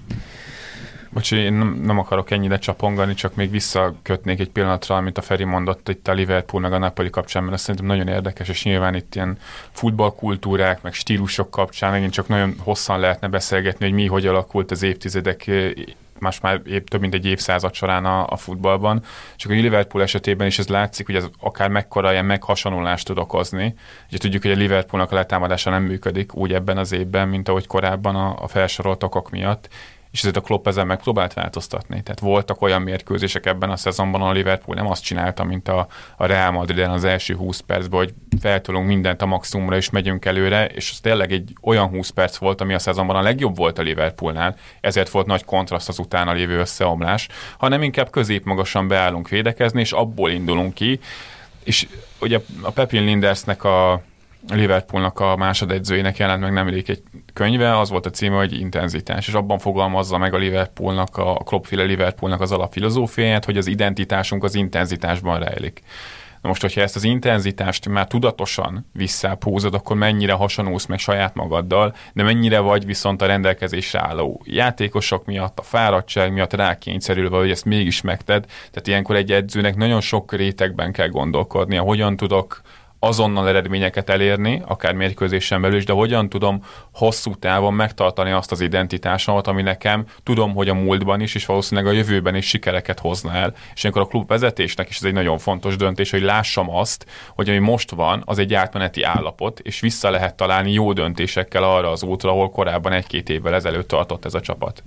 Bocsi, én nem, nem akarok ennyire csapongani, csak még visszakötnék egy pillanatra, amit a Feri mondott itt a Liverpool meg a Napoli kapcsán, mert ez szerintem nagyon érdekes, és nyilván itt ilyen futballkultúrák, meg stílusok kapcsán megint csak nagyon hosszan lehetne beszélgetni, hogy mi, hogy alakult az évtizedek, most már épp több mint egy évszázad során a, a futballban. Csak a Liverpool esetében is ez látszik, hogy ez akár mekkora ilyen meghasonlulást tud okozni. Ugye tudjuk, hogy a Liverpoolnak a letámadása nem működik úgy ebben az évben, mint ahogy korábban a, a felsorolt okok miatt. És ezért a Klopp ezen megpróbált változtatni. Tehát voltak olyan mérkőzések ebben a szezonban, a Liverpool nem azt csinálta, mint a, a Real Madriden az első húsz percben, hogy feltolunk mindent a maximumra, és megyünk előre, és ez tényleg egy olyan húsz perc volt, ami a szezonban a legjobb volt a Liverpoolnál, ezért volt nagy kontraszt az utána lévő összeomlás, hanem inkább középmagasan beállunk védekezni, és abból indulunk ki. És ugye a Pepin Lindersnek a Liverpoolnak a másodedzőjének jelent meg nemrég egy könyve, az volt a címe, hogy Intenzitás, és abban fogalmazza meg a Liverpoolnak, a Klopp-féle Liverpoolnak az alapfilozófiáját, hogy az identitásunk az intenzitásban rejlik. Na most, hogyha ezt az intenzitást már tudatosan visszáphúzod, akkor mennyire hasonulsz meg saját magaddal, de mennyire vagy viszont a rendelkezésre álló játékosok miatt, a fáradtság miatt rákényszerülve, hogy ezt mégis megted. Tehát ilyenkor egy edzőnek nagyon sok rétegben kell gondolkodnia, hogyan tudok azonnal eredményeket elérni, akár mérkőzésen belül is, de hogyan tudom hosszú távon megtartani azt az identitásomat, ami nekem tudom, hogy a múltban is, és valószínűleg a jövőben is sikereket hozna el. És akkor a klub vezetésnek is ez egy nagyon fontos döntés, hogy lássam azt, hogy ami most van, az egy átmeneti állapot, és vissza lehet találni jó döntésekkel arra az útra, ahol korábban egy-két évvel ezelőtt tartott ez a csapat.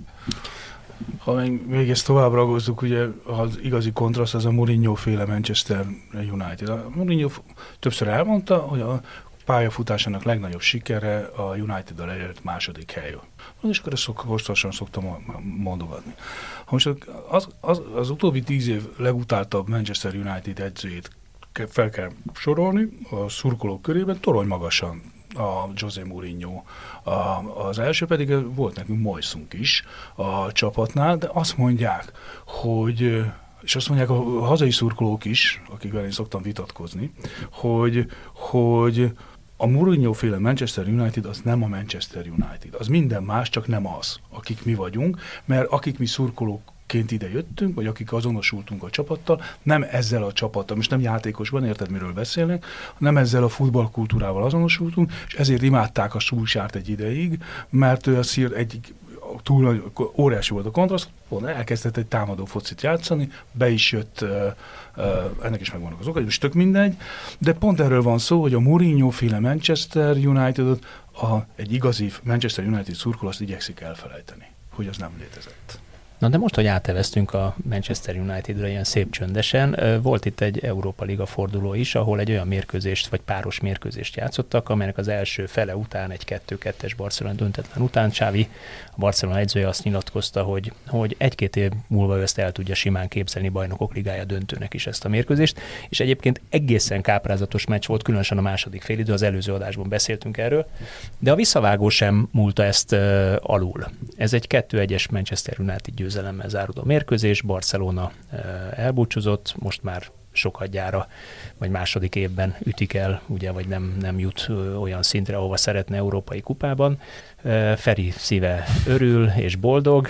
Ha még ezt tovább ragozzuk, ugye az igazi kontraszt az a Mourinho-féle Manchester United. A Mourinho többször elmondta, hogy a pályafutásának legnagyobb sikere a United-dal elért második hely. És akkor ezt szok, hosszasan szoktam mondogatni. Ha most az, az, az utóbbi tíz év legutáltabb Manchester United edzőjét fel kell sorolni a szurkolók körében, torony magasan a José Mourinho. A, az első pedig volt nekünk Moisunk is a csapatnál, de azt mondják, hogy, és azt mondják a hazai szurkolók is, akikvel én szoktam vitatkozni, hogy, hogy a Mourinho-féle Manchester United az nem a Manchester United. Az minden más, csak nem az, akik mi vagyunk, mert akik mi szurkolók ként ide jöttünk, vagy akik azonosultunk a csapattal, nem ezzel a csapattal, most nem játékosban, érted, miről beszélnek, nem ezzel a futballkultúrával azonosultunk, és ezért imádták a Solskjaert egy ideig, mert ő a szír egyik túl nagy, óriási volt a kontraszt, elkezdett egy támadó focit játszani, be is jött, uh, uh, ennek is megvannak az okai, most tök mindegy, de pont erről van szó, hogy a Mourinho-féle Manchester United-ot a, egy igazi Manchester United szurkoló azt igyekszik elfelejteni, hogy az nem létezett. Na de most, hogy áteveztünk a Manchester Unitedre ilyen szép csöndesen, volt itt egy Európa Liga forduló is, ahol egy olyan mérkőzést, vagy páros mérkőzést játszottak, amelynek az első fele után, egy kettő-kettes Barcelona döntetlen után Xavi, a Barcelona edzője azt nyilatkozta, hogy, hogy egy-két év múlva ő ezt el tudja simán képzelni Bajnokok Ligája döntőnek is ezt a mérkőzést, és egyébként egészen káprázatos meccs volt, különösen a második félidő, az előző adásban beszéltünk erről, de a visszavágó sem múlta ezt uh, alul. Ez egy kettő egyes Manchester United győzelemmel záródó mérkőzés, Barcelona uh, elbúcsúzott, most már sokadjára, vagy második évben ütik el, ugye, vagy nem, nem jut olyan szintre, ahova szeretne európai kupában. Feri szíve örül és boldog,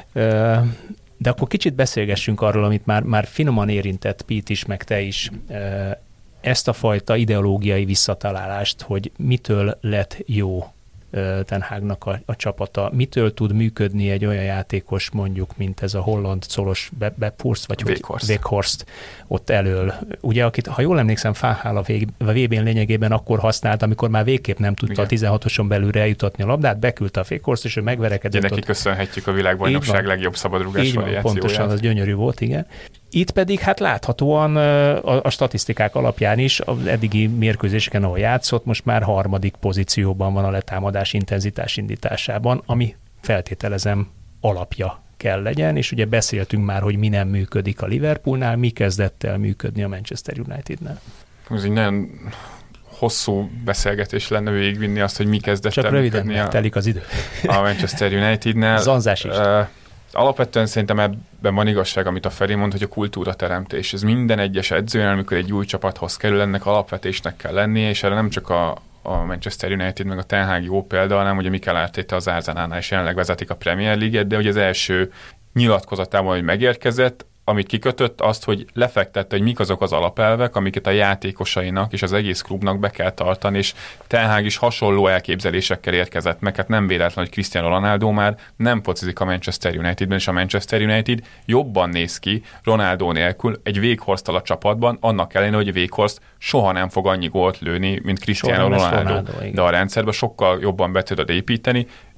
de akkor kicsit beszélgessünk arról, amit már, már finoman érintett Pete is, meg te is, ezt a fajta ideológiai visszatalálást, hogy mitől lett jó Ten Hagnak a, a csapata, mitől tud működni egy olyan játékos, mondjuk, mint ez a holland colos Weghorst, vagy Weghorst. Weghorst ott elől. Ugye, akit, ha jól emlékszem, Fáhál a vé bén lényegében akkor használt, amikor már végképp nem tudta igen. a tizenhatoson belülre eljutatni a labdát, beküldte a Weghorst, és ő megverekedett. Neki köszönhetjük a világbajnokság legjobb szabadrugás variációját. Pontosan, az gyönyörű volt, igen. Itt pedig hát láthatóan a, a statisztikák alapján is az eddigi mérkőzéseken, ahol játszott, most már harmadik pozícióban van a letámadás intenzitás indításában, ami feltételezem alapja kell legyen, és ugye beszéltünk már, hogy mi nem működik a Liverpoolnál, mi kezdett el működni a Manchester Unitednál. Ez egy nagyon hosszú beszélgetés lenne végigvinni azt, hogy mi kezdett Csak el működni a, telik az idő. a Manchester Unitednál. Zanzás is. Uh, Alapvetően szerintem ebben van igazság, amit a Feri mond, hogy a kultúra teremtés. Ez minden egyes edzőnél, amikor egy új csapathoz kerül, ennek alapvetésnek kell lennie, és erre nem csak a, a Manchester United meg a Ten Hag jó példa, hanem ugye Mikel Arteta az Arsenalnál is jelenleg vezetik a Premier League-et, de hogy az első nyilatkozatában, hogy megérkezett, amit kikötött, azt, hogy lefektette, hogy mik azok az alapelvek, amiket a játékosainak és az egész klubnak be kell tartani, és Ten Hag is hasonló elképzelésekkel érkezett meg. Hát nem véletlen, hogy Cristiano Ronaldo már nem focizik a Manchester Unitedben, és a Manchester United jobban néz ki Ronaldo nélkül egy Weghorsttal a csapatban, annak ellenére, hogy Weghorst soha nem fog annyi gólt lőni, mint Cristiano Ronaldo. Ronaldo de a rendszerben sokkal jobban be tudod építeni.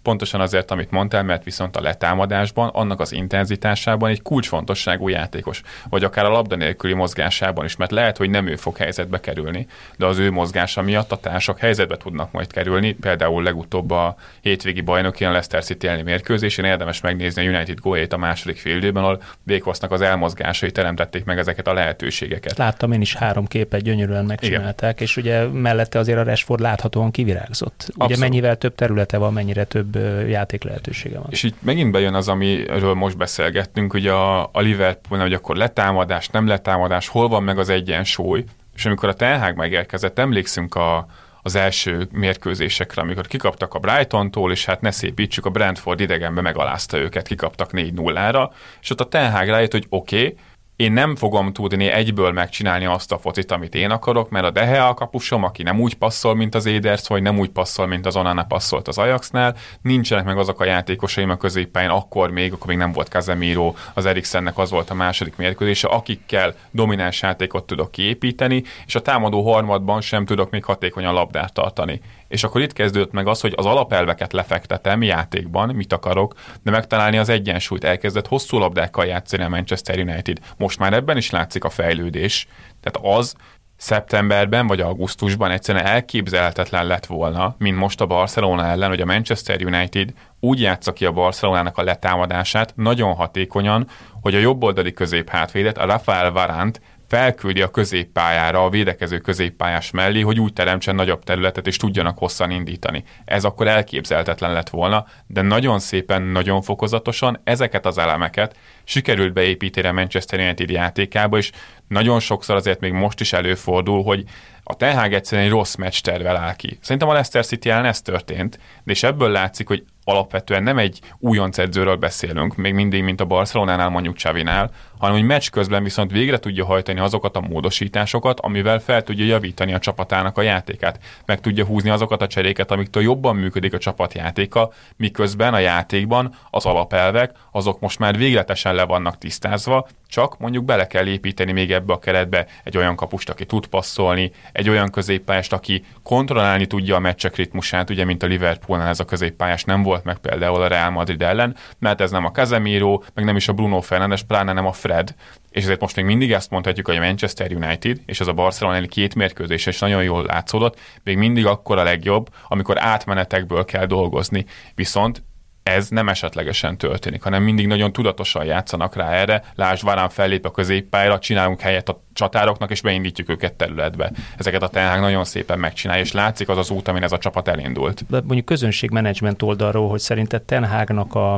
pontosan azért, amit mondtál, mert viszont a letámadásban, annak az intenzitásában egy kulcsfontosságú játékos, vagy akár a labda nélküli mozgásában is, mert lehet, hogy nem ő fog helyzetbe kerülni, de az ő mozgása miatt a társak helyzetbe tudnak majd kerülni, például legutóbb a hétvégi bajnoki a Leicester City elleni mérkőzésén érdemes megnézni a United góljait a második fél időben, ahol Weghorstnak az elmozgásai teremtették meg ezeket a lehetőségeket. Láttam én is három képet, gyönyörűen megcsinálták, igen. És ugye mellette azért a Rashford láthatóan kivirágzott. Ugye Abszolút. Mennyivel több területe van, mennyire több játék lehetősége van. És így megint bejön az, amiről most beszélgettünk, hogy a, a Liverpool, hogy akkor letámadás, nem letámadás, hol van meg az egyensúly, és amikor a Ten Hag megérkezett, emlékszünk a, az első mérkőzésekre, amikor kikaptak a Brightontól, és hát ne szépítsük, a Brentford idegenbe megalázta őket, kikaptak négy nullára, és ott a Ten Hag rájött, hogy oké, okay, én nem fogom tudni egyből megcsinálni azt a focit, amit én akarok, mert a De Gea a kapusom, aki nem úgy passzol, mint az Ederson, vagy nem úgy passzol, mint az Onana passzolt az Ajaxnál, nincsenek meg azok a játékosaim a középpályán, akkor még, akkor még nem volt Casemiro, az Eriksennek az volt a második mérkőzése, akikkel domináns játékot tudok kiépíteni, és a támadó harmadban sem tudok még hatékonyan labdát tartani. És akkor itt kezdődött meg az, hogy az alapelveket lefektetem játékban, mit akarok, de megtalálni az egyensúlyt, elkezdett hosszú labdákkal játszani a Manchester United. Most már ebben is látszik a fejlődés. Tehát az szeptemberben vagy augusztusban egyszerűen elképzelhetetlen lett volna, mint most a Barcelona ellen, hogy a Manchester United úgy játsza ki a Barcelonának a letámadását nagyon hatékonyan, hogy a jobboldali középhátvédet, a Rafael Varane-t felküldi a középpályára, a védekező középpályás mellé, hogy úgy teremtsen nagyobb területet, és tudjanak hosszan indítani. Ez akkor elképzelhetetlen lett volna, de nagyon szépen, nagyon fokozatosan ezeket az elemeket sikerült beépíteni a Manchester United játékába, és nagyon sokszor azért még most is előfordul, hogy a Ten Hag egyszerűen egy rossz meccs tervvel áll ki. Szerintem a Leicester City ellen ez történt, de és ebből látszik, hogy alapvetően nem egy újonc edzőről beszélünk, még mindig, mint a Barcelonánál, mondjuk Xavinál, hanem hogy meccs közben viszont végre tudja hajtani azokat a módosításokat, amivel fel tudja javítani a csapatának a játékát. Meg tudja húzni azokat a cseréket, amiktől jobban működik a csapatjátéka, miközben a játékban az alapelvek, azok most már végletesen le vannak tisztázva, csak mondjuk bele kell építeni még ebbe a keretbe egy olyan kapust, aki tud passzolni, egy olyan középpályást, aki kontrollálni tudja a meccsek ritmusát, ugye, mint a Liverpoolnál ez a középpályás nem volt meg például a Real Madrid ellen, mert ez nem a Casemiro, meg nem is a Bruno Fernandes, pláne nem a Fred, és ezért most még mindig ezt mondhatjuk, hogy a Manchester United, és az a Barcelona két mérkőzés is nagyon jól látszódott, még mindig akkor a legjobb, amikor átmenetekből kell dolgozni. Viszont ez nem esetlegesen történik, hanem mindig nagyon tudatosan játszanak rá erre. Lásd, Varane fellép a középpályára, csinálunk helyet a csatároknak, és beindítjuk őket területbe. Ezeket a Ten Hag nagyon szépen megcsinálja, és látszik az az út, amin ez a csapat elindult. De mondjuk közönségmenedzsment oldalról, hogy szerinted Ten Hagnak a,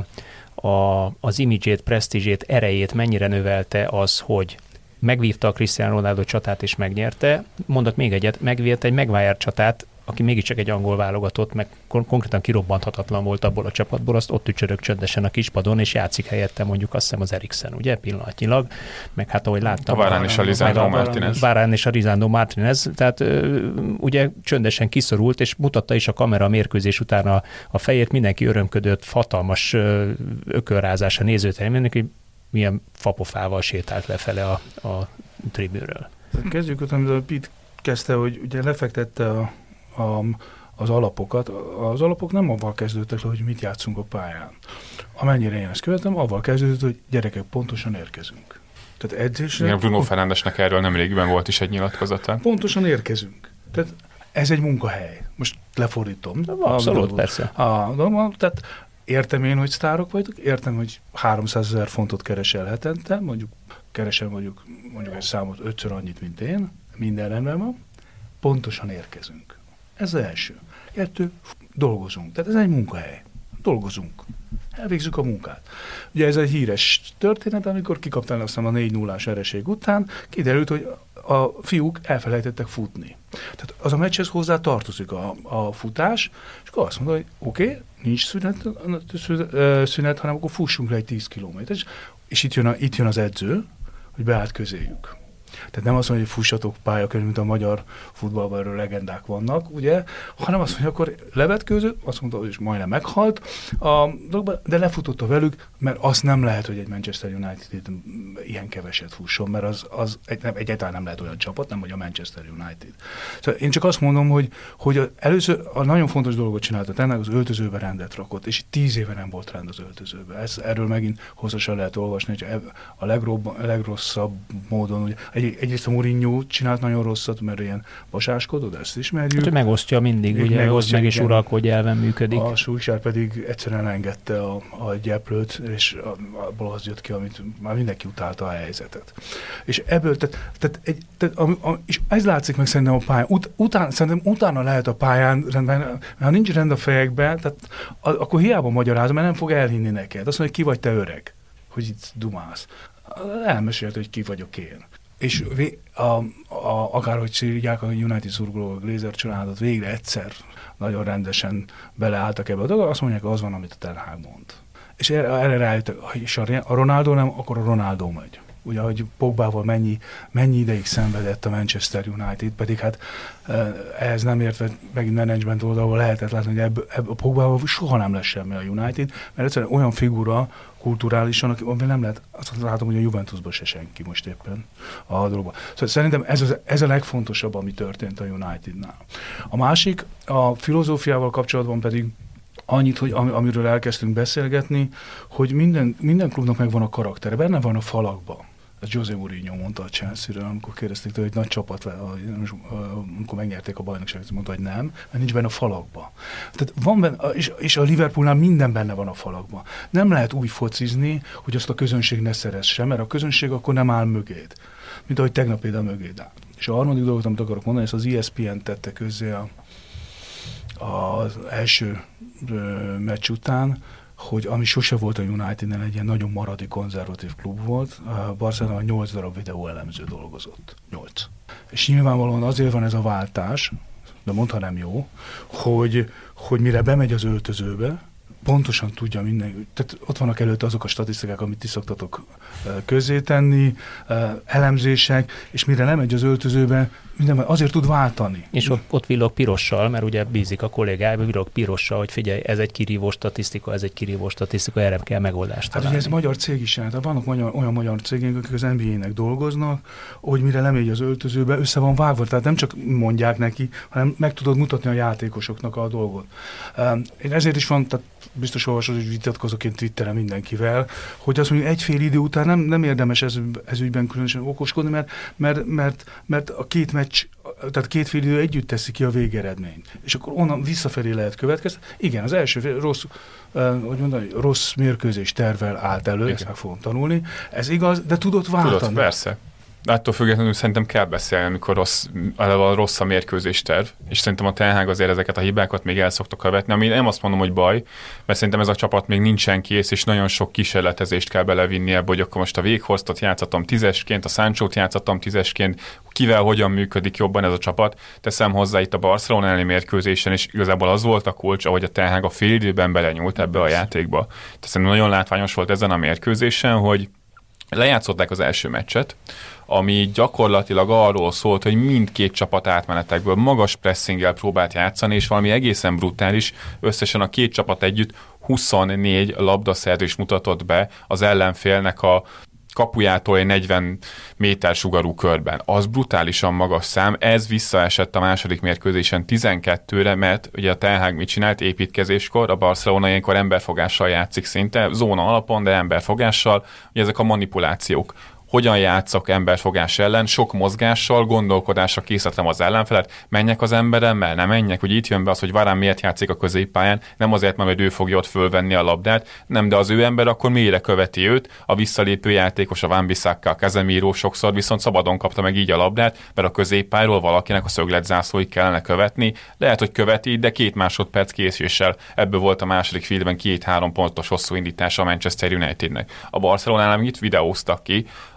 a, az imidzsét, presztízsét, erejét mennyire növelte az, hogy megvívta a Cristiano Ronaldo csatát és megnyerte. Mondok még egyet, megvívta egy Maguire csatát, aki mégiscsak egy angol válogatott, meg konkrétan kirobbanthatatlan volt abból a csapatból, azt ott ücsörög csöndesen a kispadon, és játszik helyette mondjuk azt hiszem az Eriksen, ugye, pillanatnyilag, meg hát ahogy láttam. A Varane és a Lisandro Martinez. Varane és a Lisandro Martinez, tehát ugye csöndesen kiszorult, és mutatta is a kamera a mérkőzés után a, a fejét, mindenki örömködött, hatalmas ökölrázás a nézőterén, mindenki milyen fapofával sétált lefele a, a tribűnről. Kezdjük ott, amit a Pitt kezdte, hogy ugye lefektette a A, az alapokat. Az alapok nem avval kezdődtek le, hogy mit játszunk a pályán. Amennyire én ezt követem, avval kezdődött, hogy gyerekek, pontosan érkezünk. Tehát edzésre... Igen, Bruno Fernandesnek erről nemrégiben volt is egy nyilatkozata. Pontosan érkezünk. Tehát ez egy munkahely. Most lefordítom. Abszolút, persze. A, a, tehát értem én, hogy sztárok vagytok, értem, hogy háromszázezer fontot keresel hetente, mondjuk keresel mondjuk, mondjuk egy számot ötször annyit, mint én, minden rendben van, pontosan érkezünk. Ez az első. Kettő, dolgozunk. Tehát ez egy munkahely. Dolgozunk. Elvégzük a munkát. Ugye ez egy híres történet, amikor kikaptál aztán a négy nullás vereség után, kiderült, hogy a fiúk elfelejtettek futni. Tehát az a meccshez hozzá tartozik a, a futás, és akkor azt mondta, hogy oké, okay, nincs szünet, szünet, hanem akkor fussunk le egy tíz kilométert. És itt jön, a, itt jön az edző, hogy beállt közéjük. Tehát nem azt mondja, hogy fussatok pályakörül, mint a magyar futballban, erről legendák vannak, ugye, hanem azt mondja, akkor levetkőző, azt mondta, hogy majdnem meghalt, a dologban, de lefutotta velük, mert azt nem lehet, hogy egy Manchester United ilyen keveset fusson, mert az, az egy, nem, egyáltalán nem lehet olyan csapat, nem vagy a Manchester United. Szóval én csak azt mondom, hogy, hogy először a nagyon fontos dolgot csinálta, ennek az öltözőbe rendet rakott, és tíz éve nem volt rend az öltözőbe. Ez, erről megint hosszasan lehet olvasni, hogy a legrobb, a legrosszabb módon, ugye, egy, egyrészt a Mourinho csinált nagyon rosszat, mert ilyen vasáskodó, de ezt ismerjük. Hát, megosztja mindig, ugye, megosztja, meg is uralkodj elven működik. A Solskjaer pedig egyszerűen engedte a, a gyeplőt, és abból az jött ki, amit már mindenki utálta a helyzetet. És ebből, tehát, tehát, egy, tehát a, a, és ez látszik meg szerintem a pályán. Ut, után, szerintem utána lehet a pályán rendben, ha nincs rend a fejekben, tehát a, akkor hiába magyarázom, mert nem fog elhinni neked. Azt mondja, hogy ki vagy te öreg, hogy itt dumálsz. Elmesélte, hogy ki vagyok én. És a, a, akárhogy szírják a United szurkolók, a Glazer családot, végre egyszer nagyon rendesen beleálltak ebbe a dolgot, azt mondják, hogy az van, amit a Ten Hag mond. És erre rájöttek, és a Ronaldo nem, akkor a Ronaldo megy. Ugye, hogy Pogbával mennyi, mennyi ideig szenvedett a Manchester United, pedig hát ehhez nem értve megint management oldalról lehetett látni, hogy ebből, ebből a Pogbával soha nem lesz semmi a United, mert egyszerűen olyan figura kulturálisan, ami nem lehet, azt látom, hogy a Juventusban se senki most éppen a dologban. Szóval szerintem ez, az, ez a legfontosabb, ami történt a Unitednál. A másik, a filozófiával kapcsolatban pedig annyit, hogy am, amiről elkezdtünk beszélgetni, hogy minden, minden klubnak megvan a karaktere, benne van a falakban. Ez José Mourinho mondta a Chelsea-ről, amikor kérdezték tőle, hogy nagy csapat, amikor megnyerték a bajnokságot, mondta, hogy nem, mert nincs benne a falakba. Tehát van benne, és, és a Liverpoolnál minden benne van a falakban. Nem lehet úgy focizni, hogy azt a közönség ne szeresse, mert a közönség akkor nem áll mögéd. Mint ahogy tegnap például mögéd áll. És a harmadik dolgot, amit akarok mondani, ezt az E S P N tette közzé a, az első ö, meccs után, hogy ami sose volt a Unitednél, egy ilyen nagyon maradi konzervatív klub volt, a Barcelona nyolc darab videó elemző dolgozott. nyolc. És nyilvánvalóan azért van ez a váltás, de mondhatnám jó, hogy, hogy mire bemegy az öltözőbe, pontosan tudja minden, tehát ott vannak előtte azok a statisztikák, amit ti szoktatok közzétenni, elemzések, és mire nem megy az öltözőbe, minden azért tud váltani. És ott, ott villog pirossal, mert ugye bízik a kollégájába, villog pirossal, hogy figyelj, ez egy kirívó statisztika, ez egy kirívó statisztika, erre kell megoldást találni. Hát ugye ez magyar cég is jelent. Vannak magyar, olyan magyar cégek, akik az en bé á-nek dolgoznak, hogy mire lemegy az öltözőbe, össze van vágva. Tehát nem csak mondják neki, hanem meg tudod mutatni a játékosoknak a dolgot. Én ezért is van, tehát biztos olvasod, hogy vitatkozok én Twitteren mindenkivel, hogy azt mondjuk egy fél idő után nem, nem érdemes ez, ez ügyben különösen okoskodni, mert, mert, mert, mert a két meccs, tehát két fél idő együtt teszi ki a végeredményt. És akkor onnan visszafelé lehet következni. Igen, az első fél rossz, uh, hogy mondani, rossz mérkőzés tervvel állt elő, igen. Ezt meg fogom tanulni. Ez igaz, de tudott váltani. Tudod, persze. De attól függetlenül szerintem kell beszélni, amikor rossz, a rossz a mérkőzés terv, és szerintem a Ten Hag azért ezeket a hibákat még el szokta követni, ami nem azt mondom, hogy baj, mert szerintem ez a csapat még nincsen kész, és nagyon sok kísérletezést kell belevinni ebbe, hogy akkor most a Weghorstot játszatom tízesként, a Sanchót játszatom tízesként, kivel hogyan működik jobban ez a csapat. Teszem hozzá itt a Barcelona elleni mérkőzésen, és igazából az volt a kulcs, ahogy a Ten Hag a fél időben belenyúlt ebbe a játékba. Tehát szerintem nagyon látványos volt ezen a mérkőzésen, hogy lejátszották az első meccset, ami gyakorlatilag arról szólt, hogy mindkét csapat átmenetekből magas pressinggel próbált játszani, és valami egészen brutális, összesen a két csapat együtt huszonnégy labdaszerzést mutatott be az ellenfélnek a kapujától egy negyven méter sugarú körben. Az brutálisan magas szám, ez visszaesett a második mérkőzésen tizenkettőre, mert ugye a Ten Hag mit csinált építkezéskor, a Barcelona ilyenkor emberfogással játszik szinte, zóna alapon, de emberfogással, ugye ezek a manipulációk. Hogyan játszok emberfogás ellen, sok mozgással, gondolkodásra készítem az ellenfelet, menjek az emberemmel, nem menjek, hogy itt jön be az, hogy Varane miért játszik a középpályán, nem azért, mert ő fogja ott fölvenni a labdát, nem, de az ő ember akkor mélyre követi őt, a visszalépő játékos, a Wan-Bissaka, a Casemiro sokszor viszont szabadon kapta meg így a labdát, mert a középpályról valakinek a szögletzászlóig kellene követni, lehet, hogy követi, de két másodperc késéssel, ebből volt a második félben két-három pontos hosszú indítása a Manchester Unitednek. A Barcelonánál itt videóztak ki,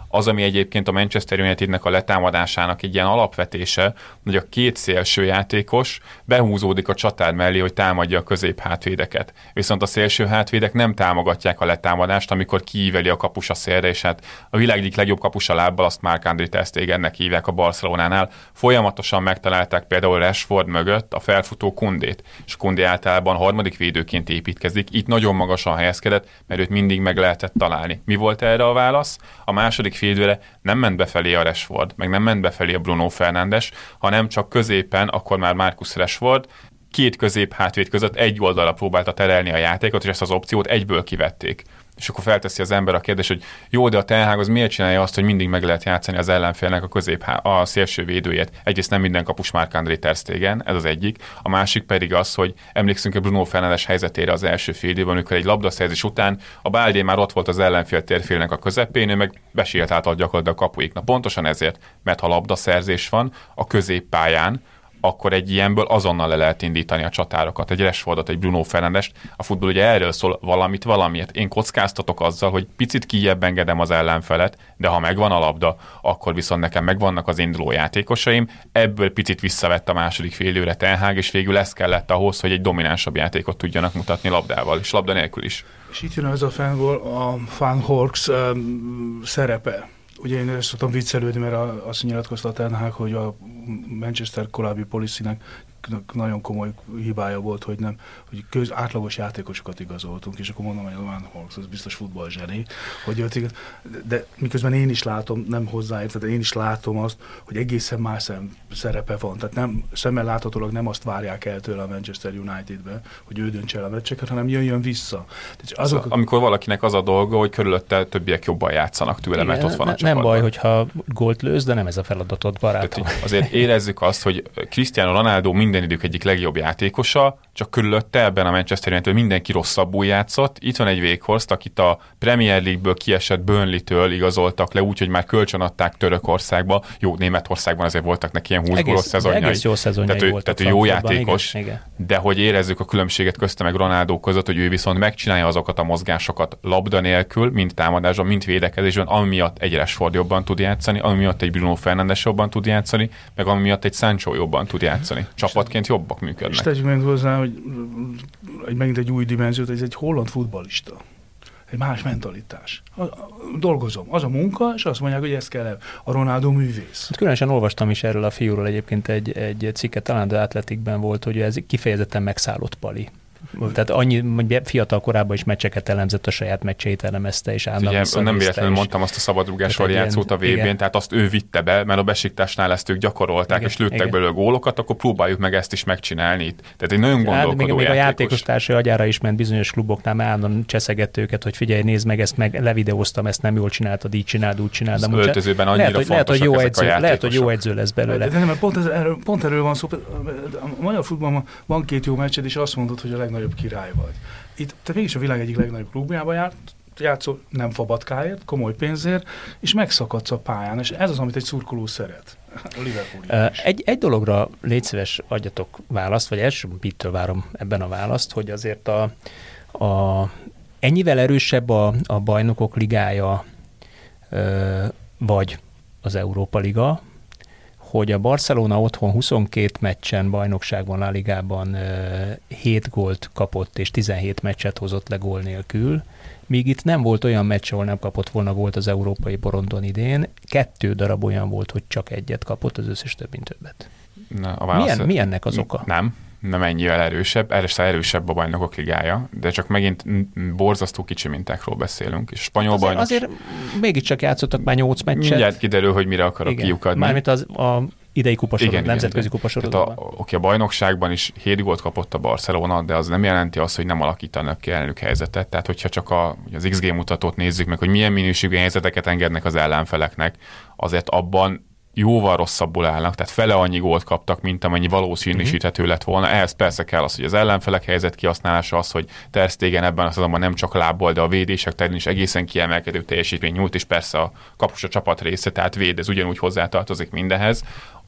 Az, ami egyébként a Manchester Unitednek a letámadásának egy ilyen alapvetése, hogy a két szélső játékos behúzódik a csatár mellé, hogy támadja a középhátvédeket. Viszont a szélső hátvédek nem támogatják a letámadást, amikor kiíveli a kapus a szélre, és hát a világ egyik legjobb kapus a lábbal, azt Marc-André ter Stegennek hívják a Barcelonánál. Folyamatosan megtalálták például Rashford mögött a felfutó Kundét, és Kundé általában harmadik védőként építkezik. Itt nagyon magasan helyezkedett, mert őt mindig meg lehetett találni. Mi volt erre a válasz? A második félidőre nem ment befelé a Rashford, meg nem ment befelé a Bruno Fernandes, hanem csak középen, akkor már Marcus Rashford, két közép hátvéd között egy oldalra próbálta terelni a játékot, és ezt az opciót egyből kivették. És akkor felteszi az ember a kérdést, hogy jó, de a Ten Hag az miért csinálja azt, hogy mindig meg lehet játszani az ellenfélnek a közép, a szélső védőjét. Egyrészt nem minden kapus Marc-André ter Stegen, ez az egyik. A másik pedig az, hogy emlékszünk a Bruno Fernandes helyzetére az első fél időben, amikor egy labdaszerzés után a Baldé már ott volt az ellenfél térfélnek a közepén, ő meg besírt át gyakorlatilag a kapuig. Na pontosan ezért, mert ha labdaszerzés van a középpályán, akkor egy ilyenből azonnal le lehet indítani a csatárokat, egy Rashfordot, egy Bruno Fernandest. A futball ugye erről szól, valamit valamiért. Én kockáztatok azzal, hogy picit kijjebb engedem az ellenfelet, de ha megvan a labda, akkor viszont nekem megvannak az induló játékosaim. Ebből picit visszavett a második félidőre Ten Hag, és végül ez kellett ahhoz, hogy egy dominánsabb játékot tudjanak mutatni labdával, és labda nélkül is. És itt jön ez a fangol, a Van Horks um, szerepe. Ugye én ezt szoktam viccelődni, mert azt nyilatkozta a Ten Hag, hogy a Manchester korábbi policynek nagyon komoly hibája volt, hogy nem, hogy köz, átlagos játékosokat igazoltunk, és akkor mondom, hogy a Van Horks az biztos futballzseni, hogy őt igaz, de miközben én is látom, nem hozzáértve, de én is látom azt, hogy egészen más szem, szerepe van. Tehát nem, szemmel láthatólag nem azt várják el tőle a Manchester Unitedbe, hogy ő döntse el a meccseket, hanem jöjjön vissza. Azok, szóval, amikor valakinek az a dolga, hogy körülötte többiek jobban játszanak tőle, igen, mert ott van a csapatban. Nem baj, hogyha gólt lősz, de nem ez a feladatod, barátom. Tehát, azért érezzük azt, hogy Cristiano Ronaldo minden idők egyik legjobb játékosa, csak körülötte ebben a Manchester United mindenki rosszabbul játszott. Itt van egy Weghorst, akit a Premier League-ből kiesett Burnley-től igazoltak le, úgyhogy már kölcsönadták Törökországba. Jó, Németországban azért voltak neki ilyen húsz gólos szezonjai. Egész jó szezonjai tehát voltak. Tehát ő jó játékos, igen, igen. De hogy érezzük a különbséget közte meg Ronaldo között, hogy ő viszont megcsinálja azokat a mozgásokat labda nélkül, mint támadásban, mint védekezésben, ami miatt egy Rashford jobban tud játszani, ami miatt egy Bruno Fernandes jobban tud játszani, meg ami miatt egy Sancho jobban tud játszani. Csapatként jobbak működnek. És tegyük meg hozzá, hogy egy, megint egy új dimenziót, ez egy holland futballista. Egy más mentalitás. A, a, dolgozom. Az a munka, és azt mondják, hogy ez kell. A Ronaldo művész. Hát különösen olvastam is erről a fiúról egyébként egy, egy cikket, talán az Athleticben volt, hogy ez kifejezetten megszállott pali. Tehát annyi, fiatal korában is meccseket elemzett, a saját meccseit elemezte, és állandóan ugye, nem véletlenül mondtam azt a szabadrugás variációt a vé bén, tehát azt ő vitte be, mert a Besiktasnál ezt ők gyakorolták, igen, és lőttek igen. belőle gólokat, akkor próbáljuk meg ezt is megcsinálni itt. Tehát egy nagyon gondolkodó még, játékos. Még a játékos társai agyára is ment bizonyos kluboknál, már állandóan cseszegett őket, hogy figyelj, nézd meg, ezt meg levideóztam, ezt nem jól csináltad, így csináld, úgy csináld. Az öltözőben annyira lehet, fontosak lehet, hogy jó ezek edző, a játékosok. lehet, hogy jó edző lesz belőle. De nem, pont, ez, erről, pont erről van szó. A magyar futballban van két jó meccsed, és azt mondod, hogy a legnagyobb király vagy. Itt, te mégis a világ egyik legnagyobb klubjában járt, játszol nem fabatkáért, komoly pénzért, és megszakadsz a pályán, és ez az, amit egy szurkoló szeret. A Liverpool egy, egy dologra légy szíves, adjatok választ, vagy első Pittől várom ebben a választ, hogy azért a, a ennyivel erősebb a, a bajnokok ligája, vagy az Európa Liga, hogy a Barcelona otthon huszonkét meccsen, bajnokságban, La Ligában hét gólt kapott, és tizenhét meccset hozott le gól nélkül, míg itt nem volt olyan meccs, ahol nem kapott volna gólt az európai porondon idén. Kettő darab olyan volt, hogy csak egyet kapott, az összes több, mint többet. Na, a válasz, Milyen, mi ennek az oka? Nem, nem ennyivel erősebb, erősen erősebb a bajnokok ligája, de csak megint borzasztó kicsi mintákról beszélünk. És spanyol azért, bajnok... azért mégiscsak játszottak már nyolc meccset. Mindjárt kiderül, hogy mire akarok igen. kiukadni. Mármint az a idei kupasorozat, nemzetközi kupasorozatban. A, oké, a bajnokságban is hét gólt kapott a Barcelona, de az nem jelenti azt, hogy nem alakítanak ki ellenük helyzetet. Tehát, hogyha csak a, az iksz gé mutatót nézzük meg, hogy milyen minőségű helyzeteket engednek az ellenfeleknek, azért abban jóval rosszabbul állnak, tehát fele annyi gólt kaptak, mint amennyi valószínűsíthető lett volna. Ehhez persze kell az, hogy az ellenfelek helyzet kihasználása, az, hogy Ter Stegen ebben az azonban nem csak lábbal, de a védések terén is egészen kiemelkedő teljesítmény nyújt, és persze a kapus a csapat része, tehát véd, ez ugyanúgy hozzátartozik mindenhez.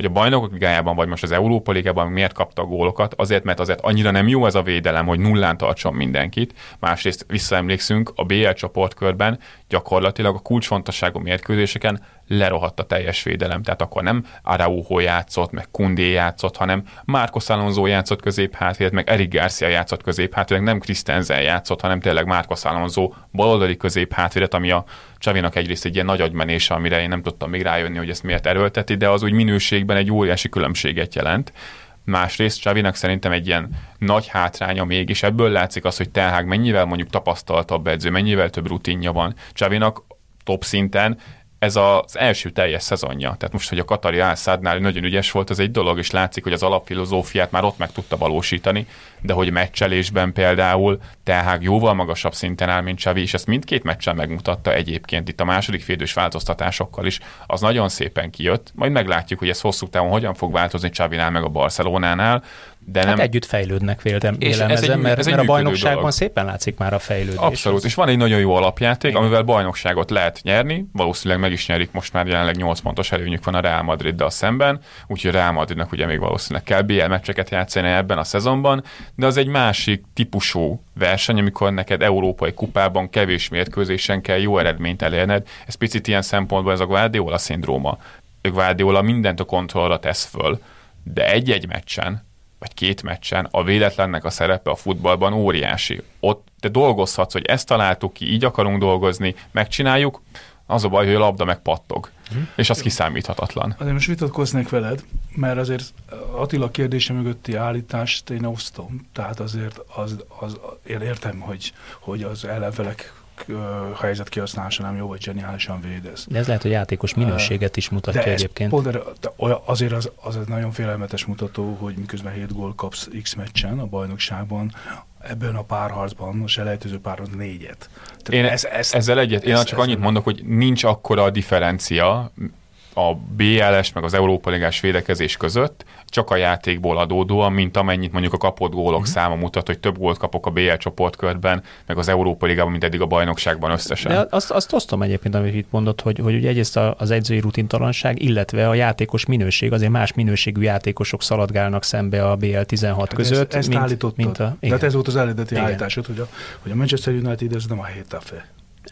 hogy a Bajnokok Ligájában, vagy most az Európa Ligában miért kapta a gólokat, azért, mert azért annyira nem jó ez a védelem, hogy nullán tartson mindenkit. Másrészt visszaemlékszünk, a bé el csoportkörben gyakorlatilag a kulcsfontosságú mérkőzéseken lerohadt a teljes védelem, tehát akkor nem Araujo játszott, meg Koundé játszott, hanem Marcos Alonso játszott középhátvédet, meg Eric Garcia játszott középhátvédet, nem Christensen játszott, hanem tényleg Marcos Alonso baloldali középhátvédet, ami a Xavinak egyrészt egy ilyen nagy agymenése, amire én nem tudtam még rájönni, hogy ezt miért erőlteti, de az úgy minőségben egy óriási különbséget jelent. Másrészt Xavinak szerintem egy ilyen nagy hátránya még, és ebből látszik az, hogy Ten Hag mennyivel mondjuk tapasztaltabb edző, mennyivel több rutinja van. Xavinak top szinten ez az első teljes szezonja. Tehát most, hogy a Katari Al-Saddnál nagyon ügyes volt, az egy dolog, és látszik, hogy az alapfilozófiát már ott meg tudta valósítani, de hogy meccselésben például Ten Hag jóval magasabb szinten áll, mint Xavi, és ezt mindkét meccsen megmutatta egyébként itt a második félidős változtatásokkal is. Az nagyon szépen kijött, majd meglátjuk, hogy ez hosszú távon hogyan fog változni Xavinál meg a Barcelonánál. De nem... Hát együtt fejlődnek vélem, vélem ez ezen, egy, mert, ez mert a bajnokságban dolog. Szépen látszik már a fejlődés. Abszolút, és van egy nagyon jó alapjáték, igen, amivel bajnokságot lehet nyerni, valószínűleg meg is nyerik, most már jelenleg nyolc pontos előnyük van a Real Madriddal szemben, úgyhogy a Real Madridnak ugye még valószínűleg kell bé el meccseket játszani ebben a szezonban, de az egy másik típusú verseny, amikor neked európai kupában kevés mérkőzésen kell jó eredményt elérned. Ez picit ilyen szempontból ez a Guardiola szindróma. A Guardiola mindent a kontrollra tesz föl, de egy-egy meccsen vagy két meccsen a véletlennek a szerepe a futballban óriási. Ott te dolgozhatsz, hogy ezt találtuk ki, így akarunk dolgozni, megcsináljuk, az a baj, hogy a labda meg pattog. Hmm. És az kiszámíthatatlan. Azért most vitatkoznék veled, mert azért Attila kérdése mögötti állítást én osztom. Tehát azért az, az, én értem, hogy, hogy az ellenfelek helyzet kihasználása nem jó, vagy zseniálisan védez. De ez lehet, hogy játékos minőséget is mutatja de egyébként. Pont erre, de azért az, az egy nagyon félelmetes mutató, hogy miközben hét gól kapsz X meccsen a bajnokságban, ebben a párharcban, a selejtező párharcban négyet. Én ez, ez, ezzel egyet, én ez, csak annyit mondok, hogy nincs akkora a differencia a bé el-es meg az Európa Ligás védekezés között, csak a játékból adódóan, mint amennyit mondjuk a kapott gólok uh-huh. száma mutat, hogy több gólt kapok a bé el csoportkörben, meg az Európa Ligában, mint eddig a bajnokságban összesen. De azt, azt osztom egyébként, amit itt mondott, hogy, hogy ugye egyrészt az edzői rutintalanság, illetve a játékos minőség, azért más minőségű játékosok szaladgálnak szembe a bé el tizenhat hát között. Ezt, ezt mint, állítottad. mint a, de hát ez volt az eredeti állításod, hogy a, hogy a Manchester United ez nem a Hétafe.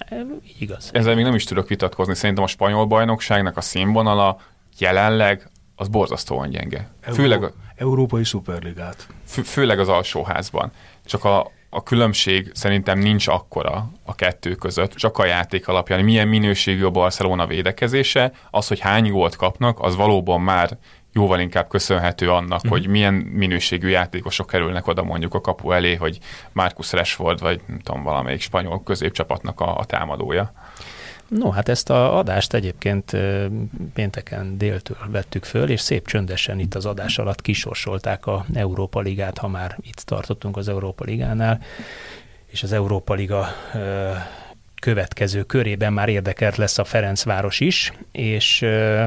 Igaz. Ezzel még nem is tudok vitatkozni. Szerintem a spanyol bajnokságnak a színvonala jelenleg az borzasztóan gyenge. Euró, főleg a, Európai Szuperligát. Fő, főleg az alsóházban. Csak a, a különbség szerintem nincs akkora a kettő között, csak a játék alapján. Milyen minőségű a Barcelona védekezése, az, hogy hány gólt kapnak, az valóban már jóval inkább köszönhető annak, uh-huh. hogy milyen minőségű játékosok kerülnek oda mondjuk a kapu elé, hogy Marcus Rashford, vagy nem tudom, valamelyik spanyol középcsapatnak a, a támadója. No, hát ezt a adást egyébként pénteken déltől vettük föl, és szép csöndesen itt az adás alatt kisorsolták a Európa Ligát, ha már itt tartottunk az Európa Ligánál, és az Európa Liga következő körében már érdekelt lesz a Ferencváros is, és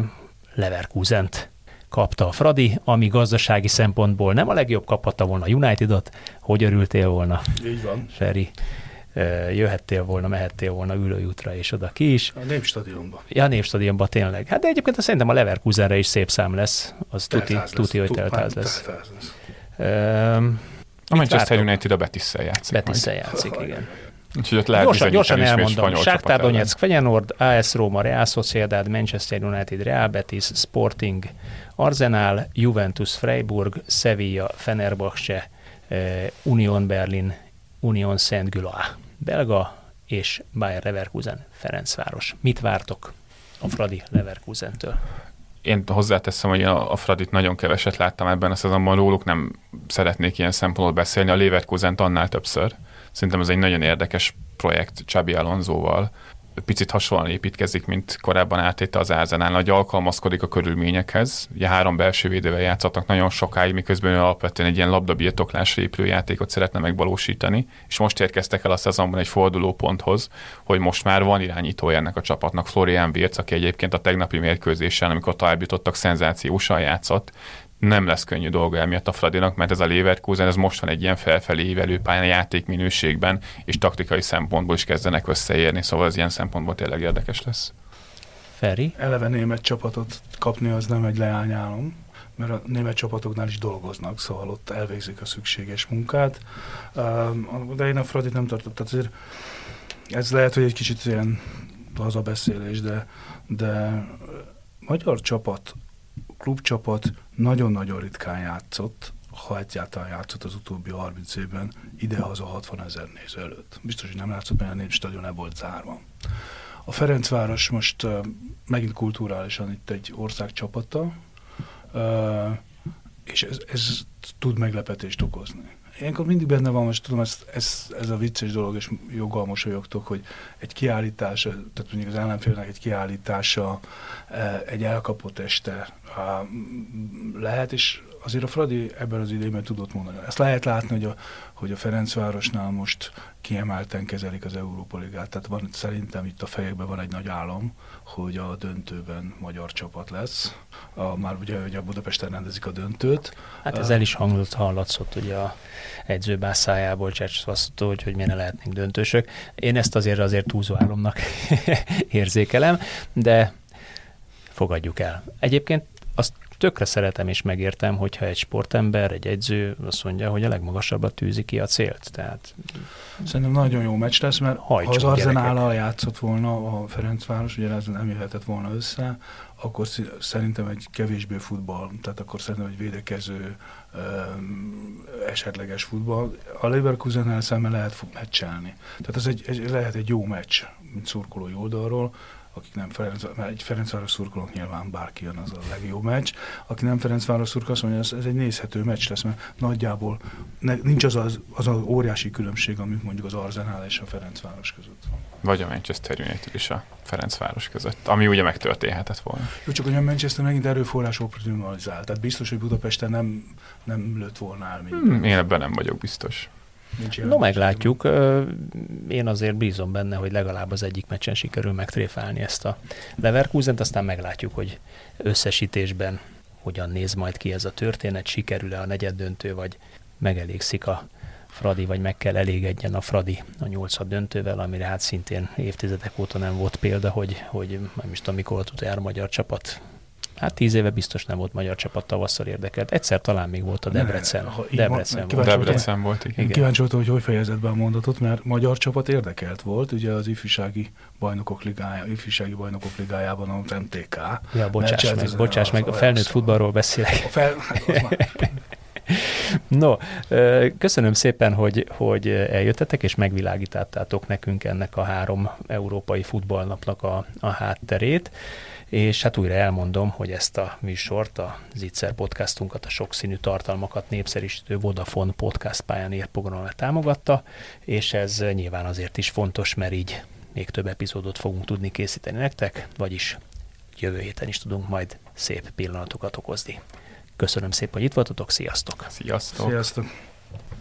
Leverkusent kapta a Fradi, ami gazdasági szempontból nem a legjobb, kaphatta volna Unitedot. Hogy örültél volna? Így van. Feri, jöhettél volna, mehettél volna ülőjútra és oda ki is. A Népstadionba. Ja, a Népstadionba tényleg. Hát de egyébként szerintem a Leverkusenre is szép szám lesz. Az tuti, tuti, hogy teltház lesz. lesz. Um, a Manchester United a Betisszel játszik. Betisszel játszik, igen. Úgyhogy ott lehet gyorsan, gyorsan elmondom. Shakhtar Donetsk, Feyenoord, á es Roma, Real Sociedad, Manchester United, Real Betis, Sporting, Arsenal, Juventus, Freiburg, Sevilla, Fenerbahce, eh, Union Berlin, Union Saint-Gilloise, belga és Bayer Leverkusen, Ferencváros. Mit vártok a Fradi Leverkusentől? Én hozzáteszem, hogy a, a Fradit nagyon keveset láttam ebben a szezonban, róluk nem szeretnék ilyen szempontból beszélni, a Leverkusent annál többször. Szerintem ez egy nagyon érdekes projekt Xabi Alonsoval. Picit hasonlóan építkezik, mint korábban átétte az Arsenal, nagy alkalmazkodik a körülményekhez. Ugye három belső védővel játszottak nagyon sokáig, miközben ő alapvetően egy ilyen labdabirtoklásra épülő játékot szeretne megvalósítani, és most érkeztek el a szezonban egy fordulóponthoz, hogy most már van irányítója ennek a csapatnak, Florian Wirtz, aki egyébként a tegnapi mérkőzésen, amikor tovább jutottak, szenzációsan játszott. Nem lesz könnyű dolga emiatt a Fradinak, mert ez a Leverkusen, ez most van egy ilyen felfelé ívelő pályán játékminőségben, és taktikai szempontból is kezdenek összeérni, szóval ez ilyen szempontból tényleg érdekes lesz. Feri? Eleve német csapatot kapni az nem egy leányálom, mert a német csapatoknál is dolgoznak, szóval ott elvégzik a szükséges munkát. De én a Fradit nem tartottam, azért ez lehet, hogy egy kicsit ilyen hazabeszélés, de, de magyar csapat, klubcsapat nagyon-nagyon ritkán játszott, ha egyáltalán játszott az utóbbi harminc évben, idehaza hatvanezer néző előtt. Biztos, hogy nem látszott, mert a Népstadion le volt zárva. A Ferencváros most uh, megint kulturálisan itt egy ország csapata, uh, és ez, ez tud meglepetést okozni. Ilyenkor mindig benne van, most tudom, ez, ez, ez a vicces dolog, és joggal mosolyogtok, hogy egy kiállítás, tehát mondjuk az ellenfélnek egy kiállítása, egy elkapott este lehet, és azért a Fradi ebben az idejében tudott mondani. Ezt lehet látni, hogy a, hogy a Ferencvárosnál most kiemelten kezelik az Európa Ligát. Tehát van, szerintem itt a fejekben van egy nagy álom, hogy a döntőben magyar csapat lesz. A, már ugye, hogy a Budapesten rendezik a döntőt. Hát ez el is hangzott, hallatszott ugye a edzőbász szájából, Csercsvasztó, hogy, hogy miért lehetnénk döntősök. Én ezt azért azért túlzó álomnak érzékelem, de fogadjuk el. Egyébként azt tökre szeretem és megértem, hogyha egy sportember, egy edző azt mondja, hogy a legmagasabbat tűzi ki a célt. Tehát szerintem nagyon jó meccs lesz, mert ha az Arzenállal játszott volna a Ferencváros, ugye ez nem jöhetett volna össze, akkor szerintem egy kevésbé futball, tehát akkor szerintem egy védekező, esetleges futball. A Leverkusennel szemben lehet meccselni. Tehát ez egy, egy, lehet egy jó meccs, mint szurkolói oldalról, akik nem Ferenc, mert egy Ferencváros szurkolók nyilván bárki jön, az a legjobb meccs. Aki nem Ferencváros szurkol, azt mondja, ez, ez egy nézhető meccs lesz, mert nagyjából ne, nincs az az, az az óriási különbség, amit mondjuk az Arsenal és a Ferencváros között van. Vagy a Manchester United és a Ferencváros között, ami ugye megtörténhetett volna. Jó, csak hogy a Manchester megint erőforrás optimalizál, tehát biztos, hogy Budapesten nem, nem lőtt volna el minden. Hmm, én ebben nem vagyok biztos. No, meglátjuk. Én azért bízom benne, hogy legalább az egyik meccsen sikerül megtréfálni ezt a Leverkusent, aztán meglátjuk, hogy összesítésben hogyan néz majd ki ez a történet, sikerül-e a negyeddöntő, vagy megelégszik a Fradi, vagy meg kell elégedjen a Fradi a nyolcad döntővel, amire hát szintén évtizedek óta nem volt példa, hogy, hogy nem is tudom, mikor volt utoljára magyar csapat. Hát tíz éve biztos nem volt magyar csapat tavasszal érdekelt. Egyszer talán még volt a Debrecen. Ne, Debrecen volt. Debrecen volt, igen. Én kíváncsi voltam, hogy hogy fejezett be a mondatot, mert magyar csapat érdekelt volt, ugye az ifjúsági bajnokok ligája, ifjúsági bajnokok ligájában az em té ká. Ja, bocsáss meg, bocsáss meg, a felnőtt futballról beszélek. A fel, No, köszönöm szépen, hogy, hogy eljöttetek, és megvilágítottátok nekünk ennek a három európai futballnapnak a, a hátterét. És hát újra elmondom, hogy ezt a műsort, a Zicser podcastunkat, a sokszínű tartalmakat népszerűsítő Vodafone Podcast Pioneer program támogatta, és ez nyilván azért is fontos, mert így még több epizódot fogunk tudni készíteni nektek, vagyis jövő héten is tudunk majd szép pillanatokat okozni. Köszönöm szépen, hogy itt voltatok, sziasztok! Sziasztok! Sziasztok!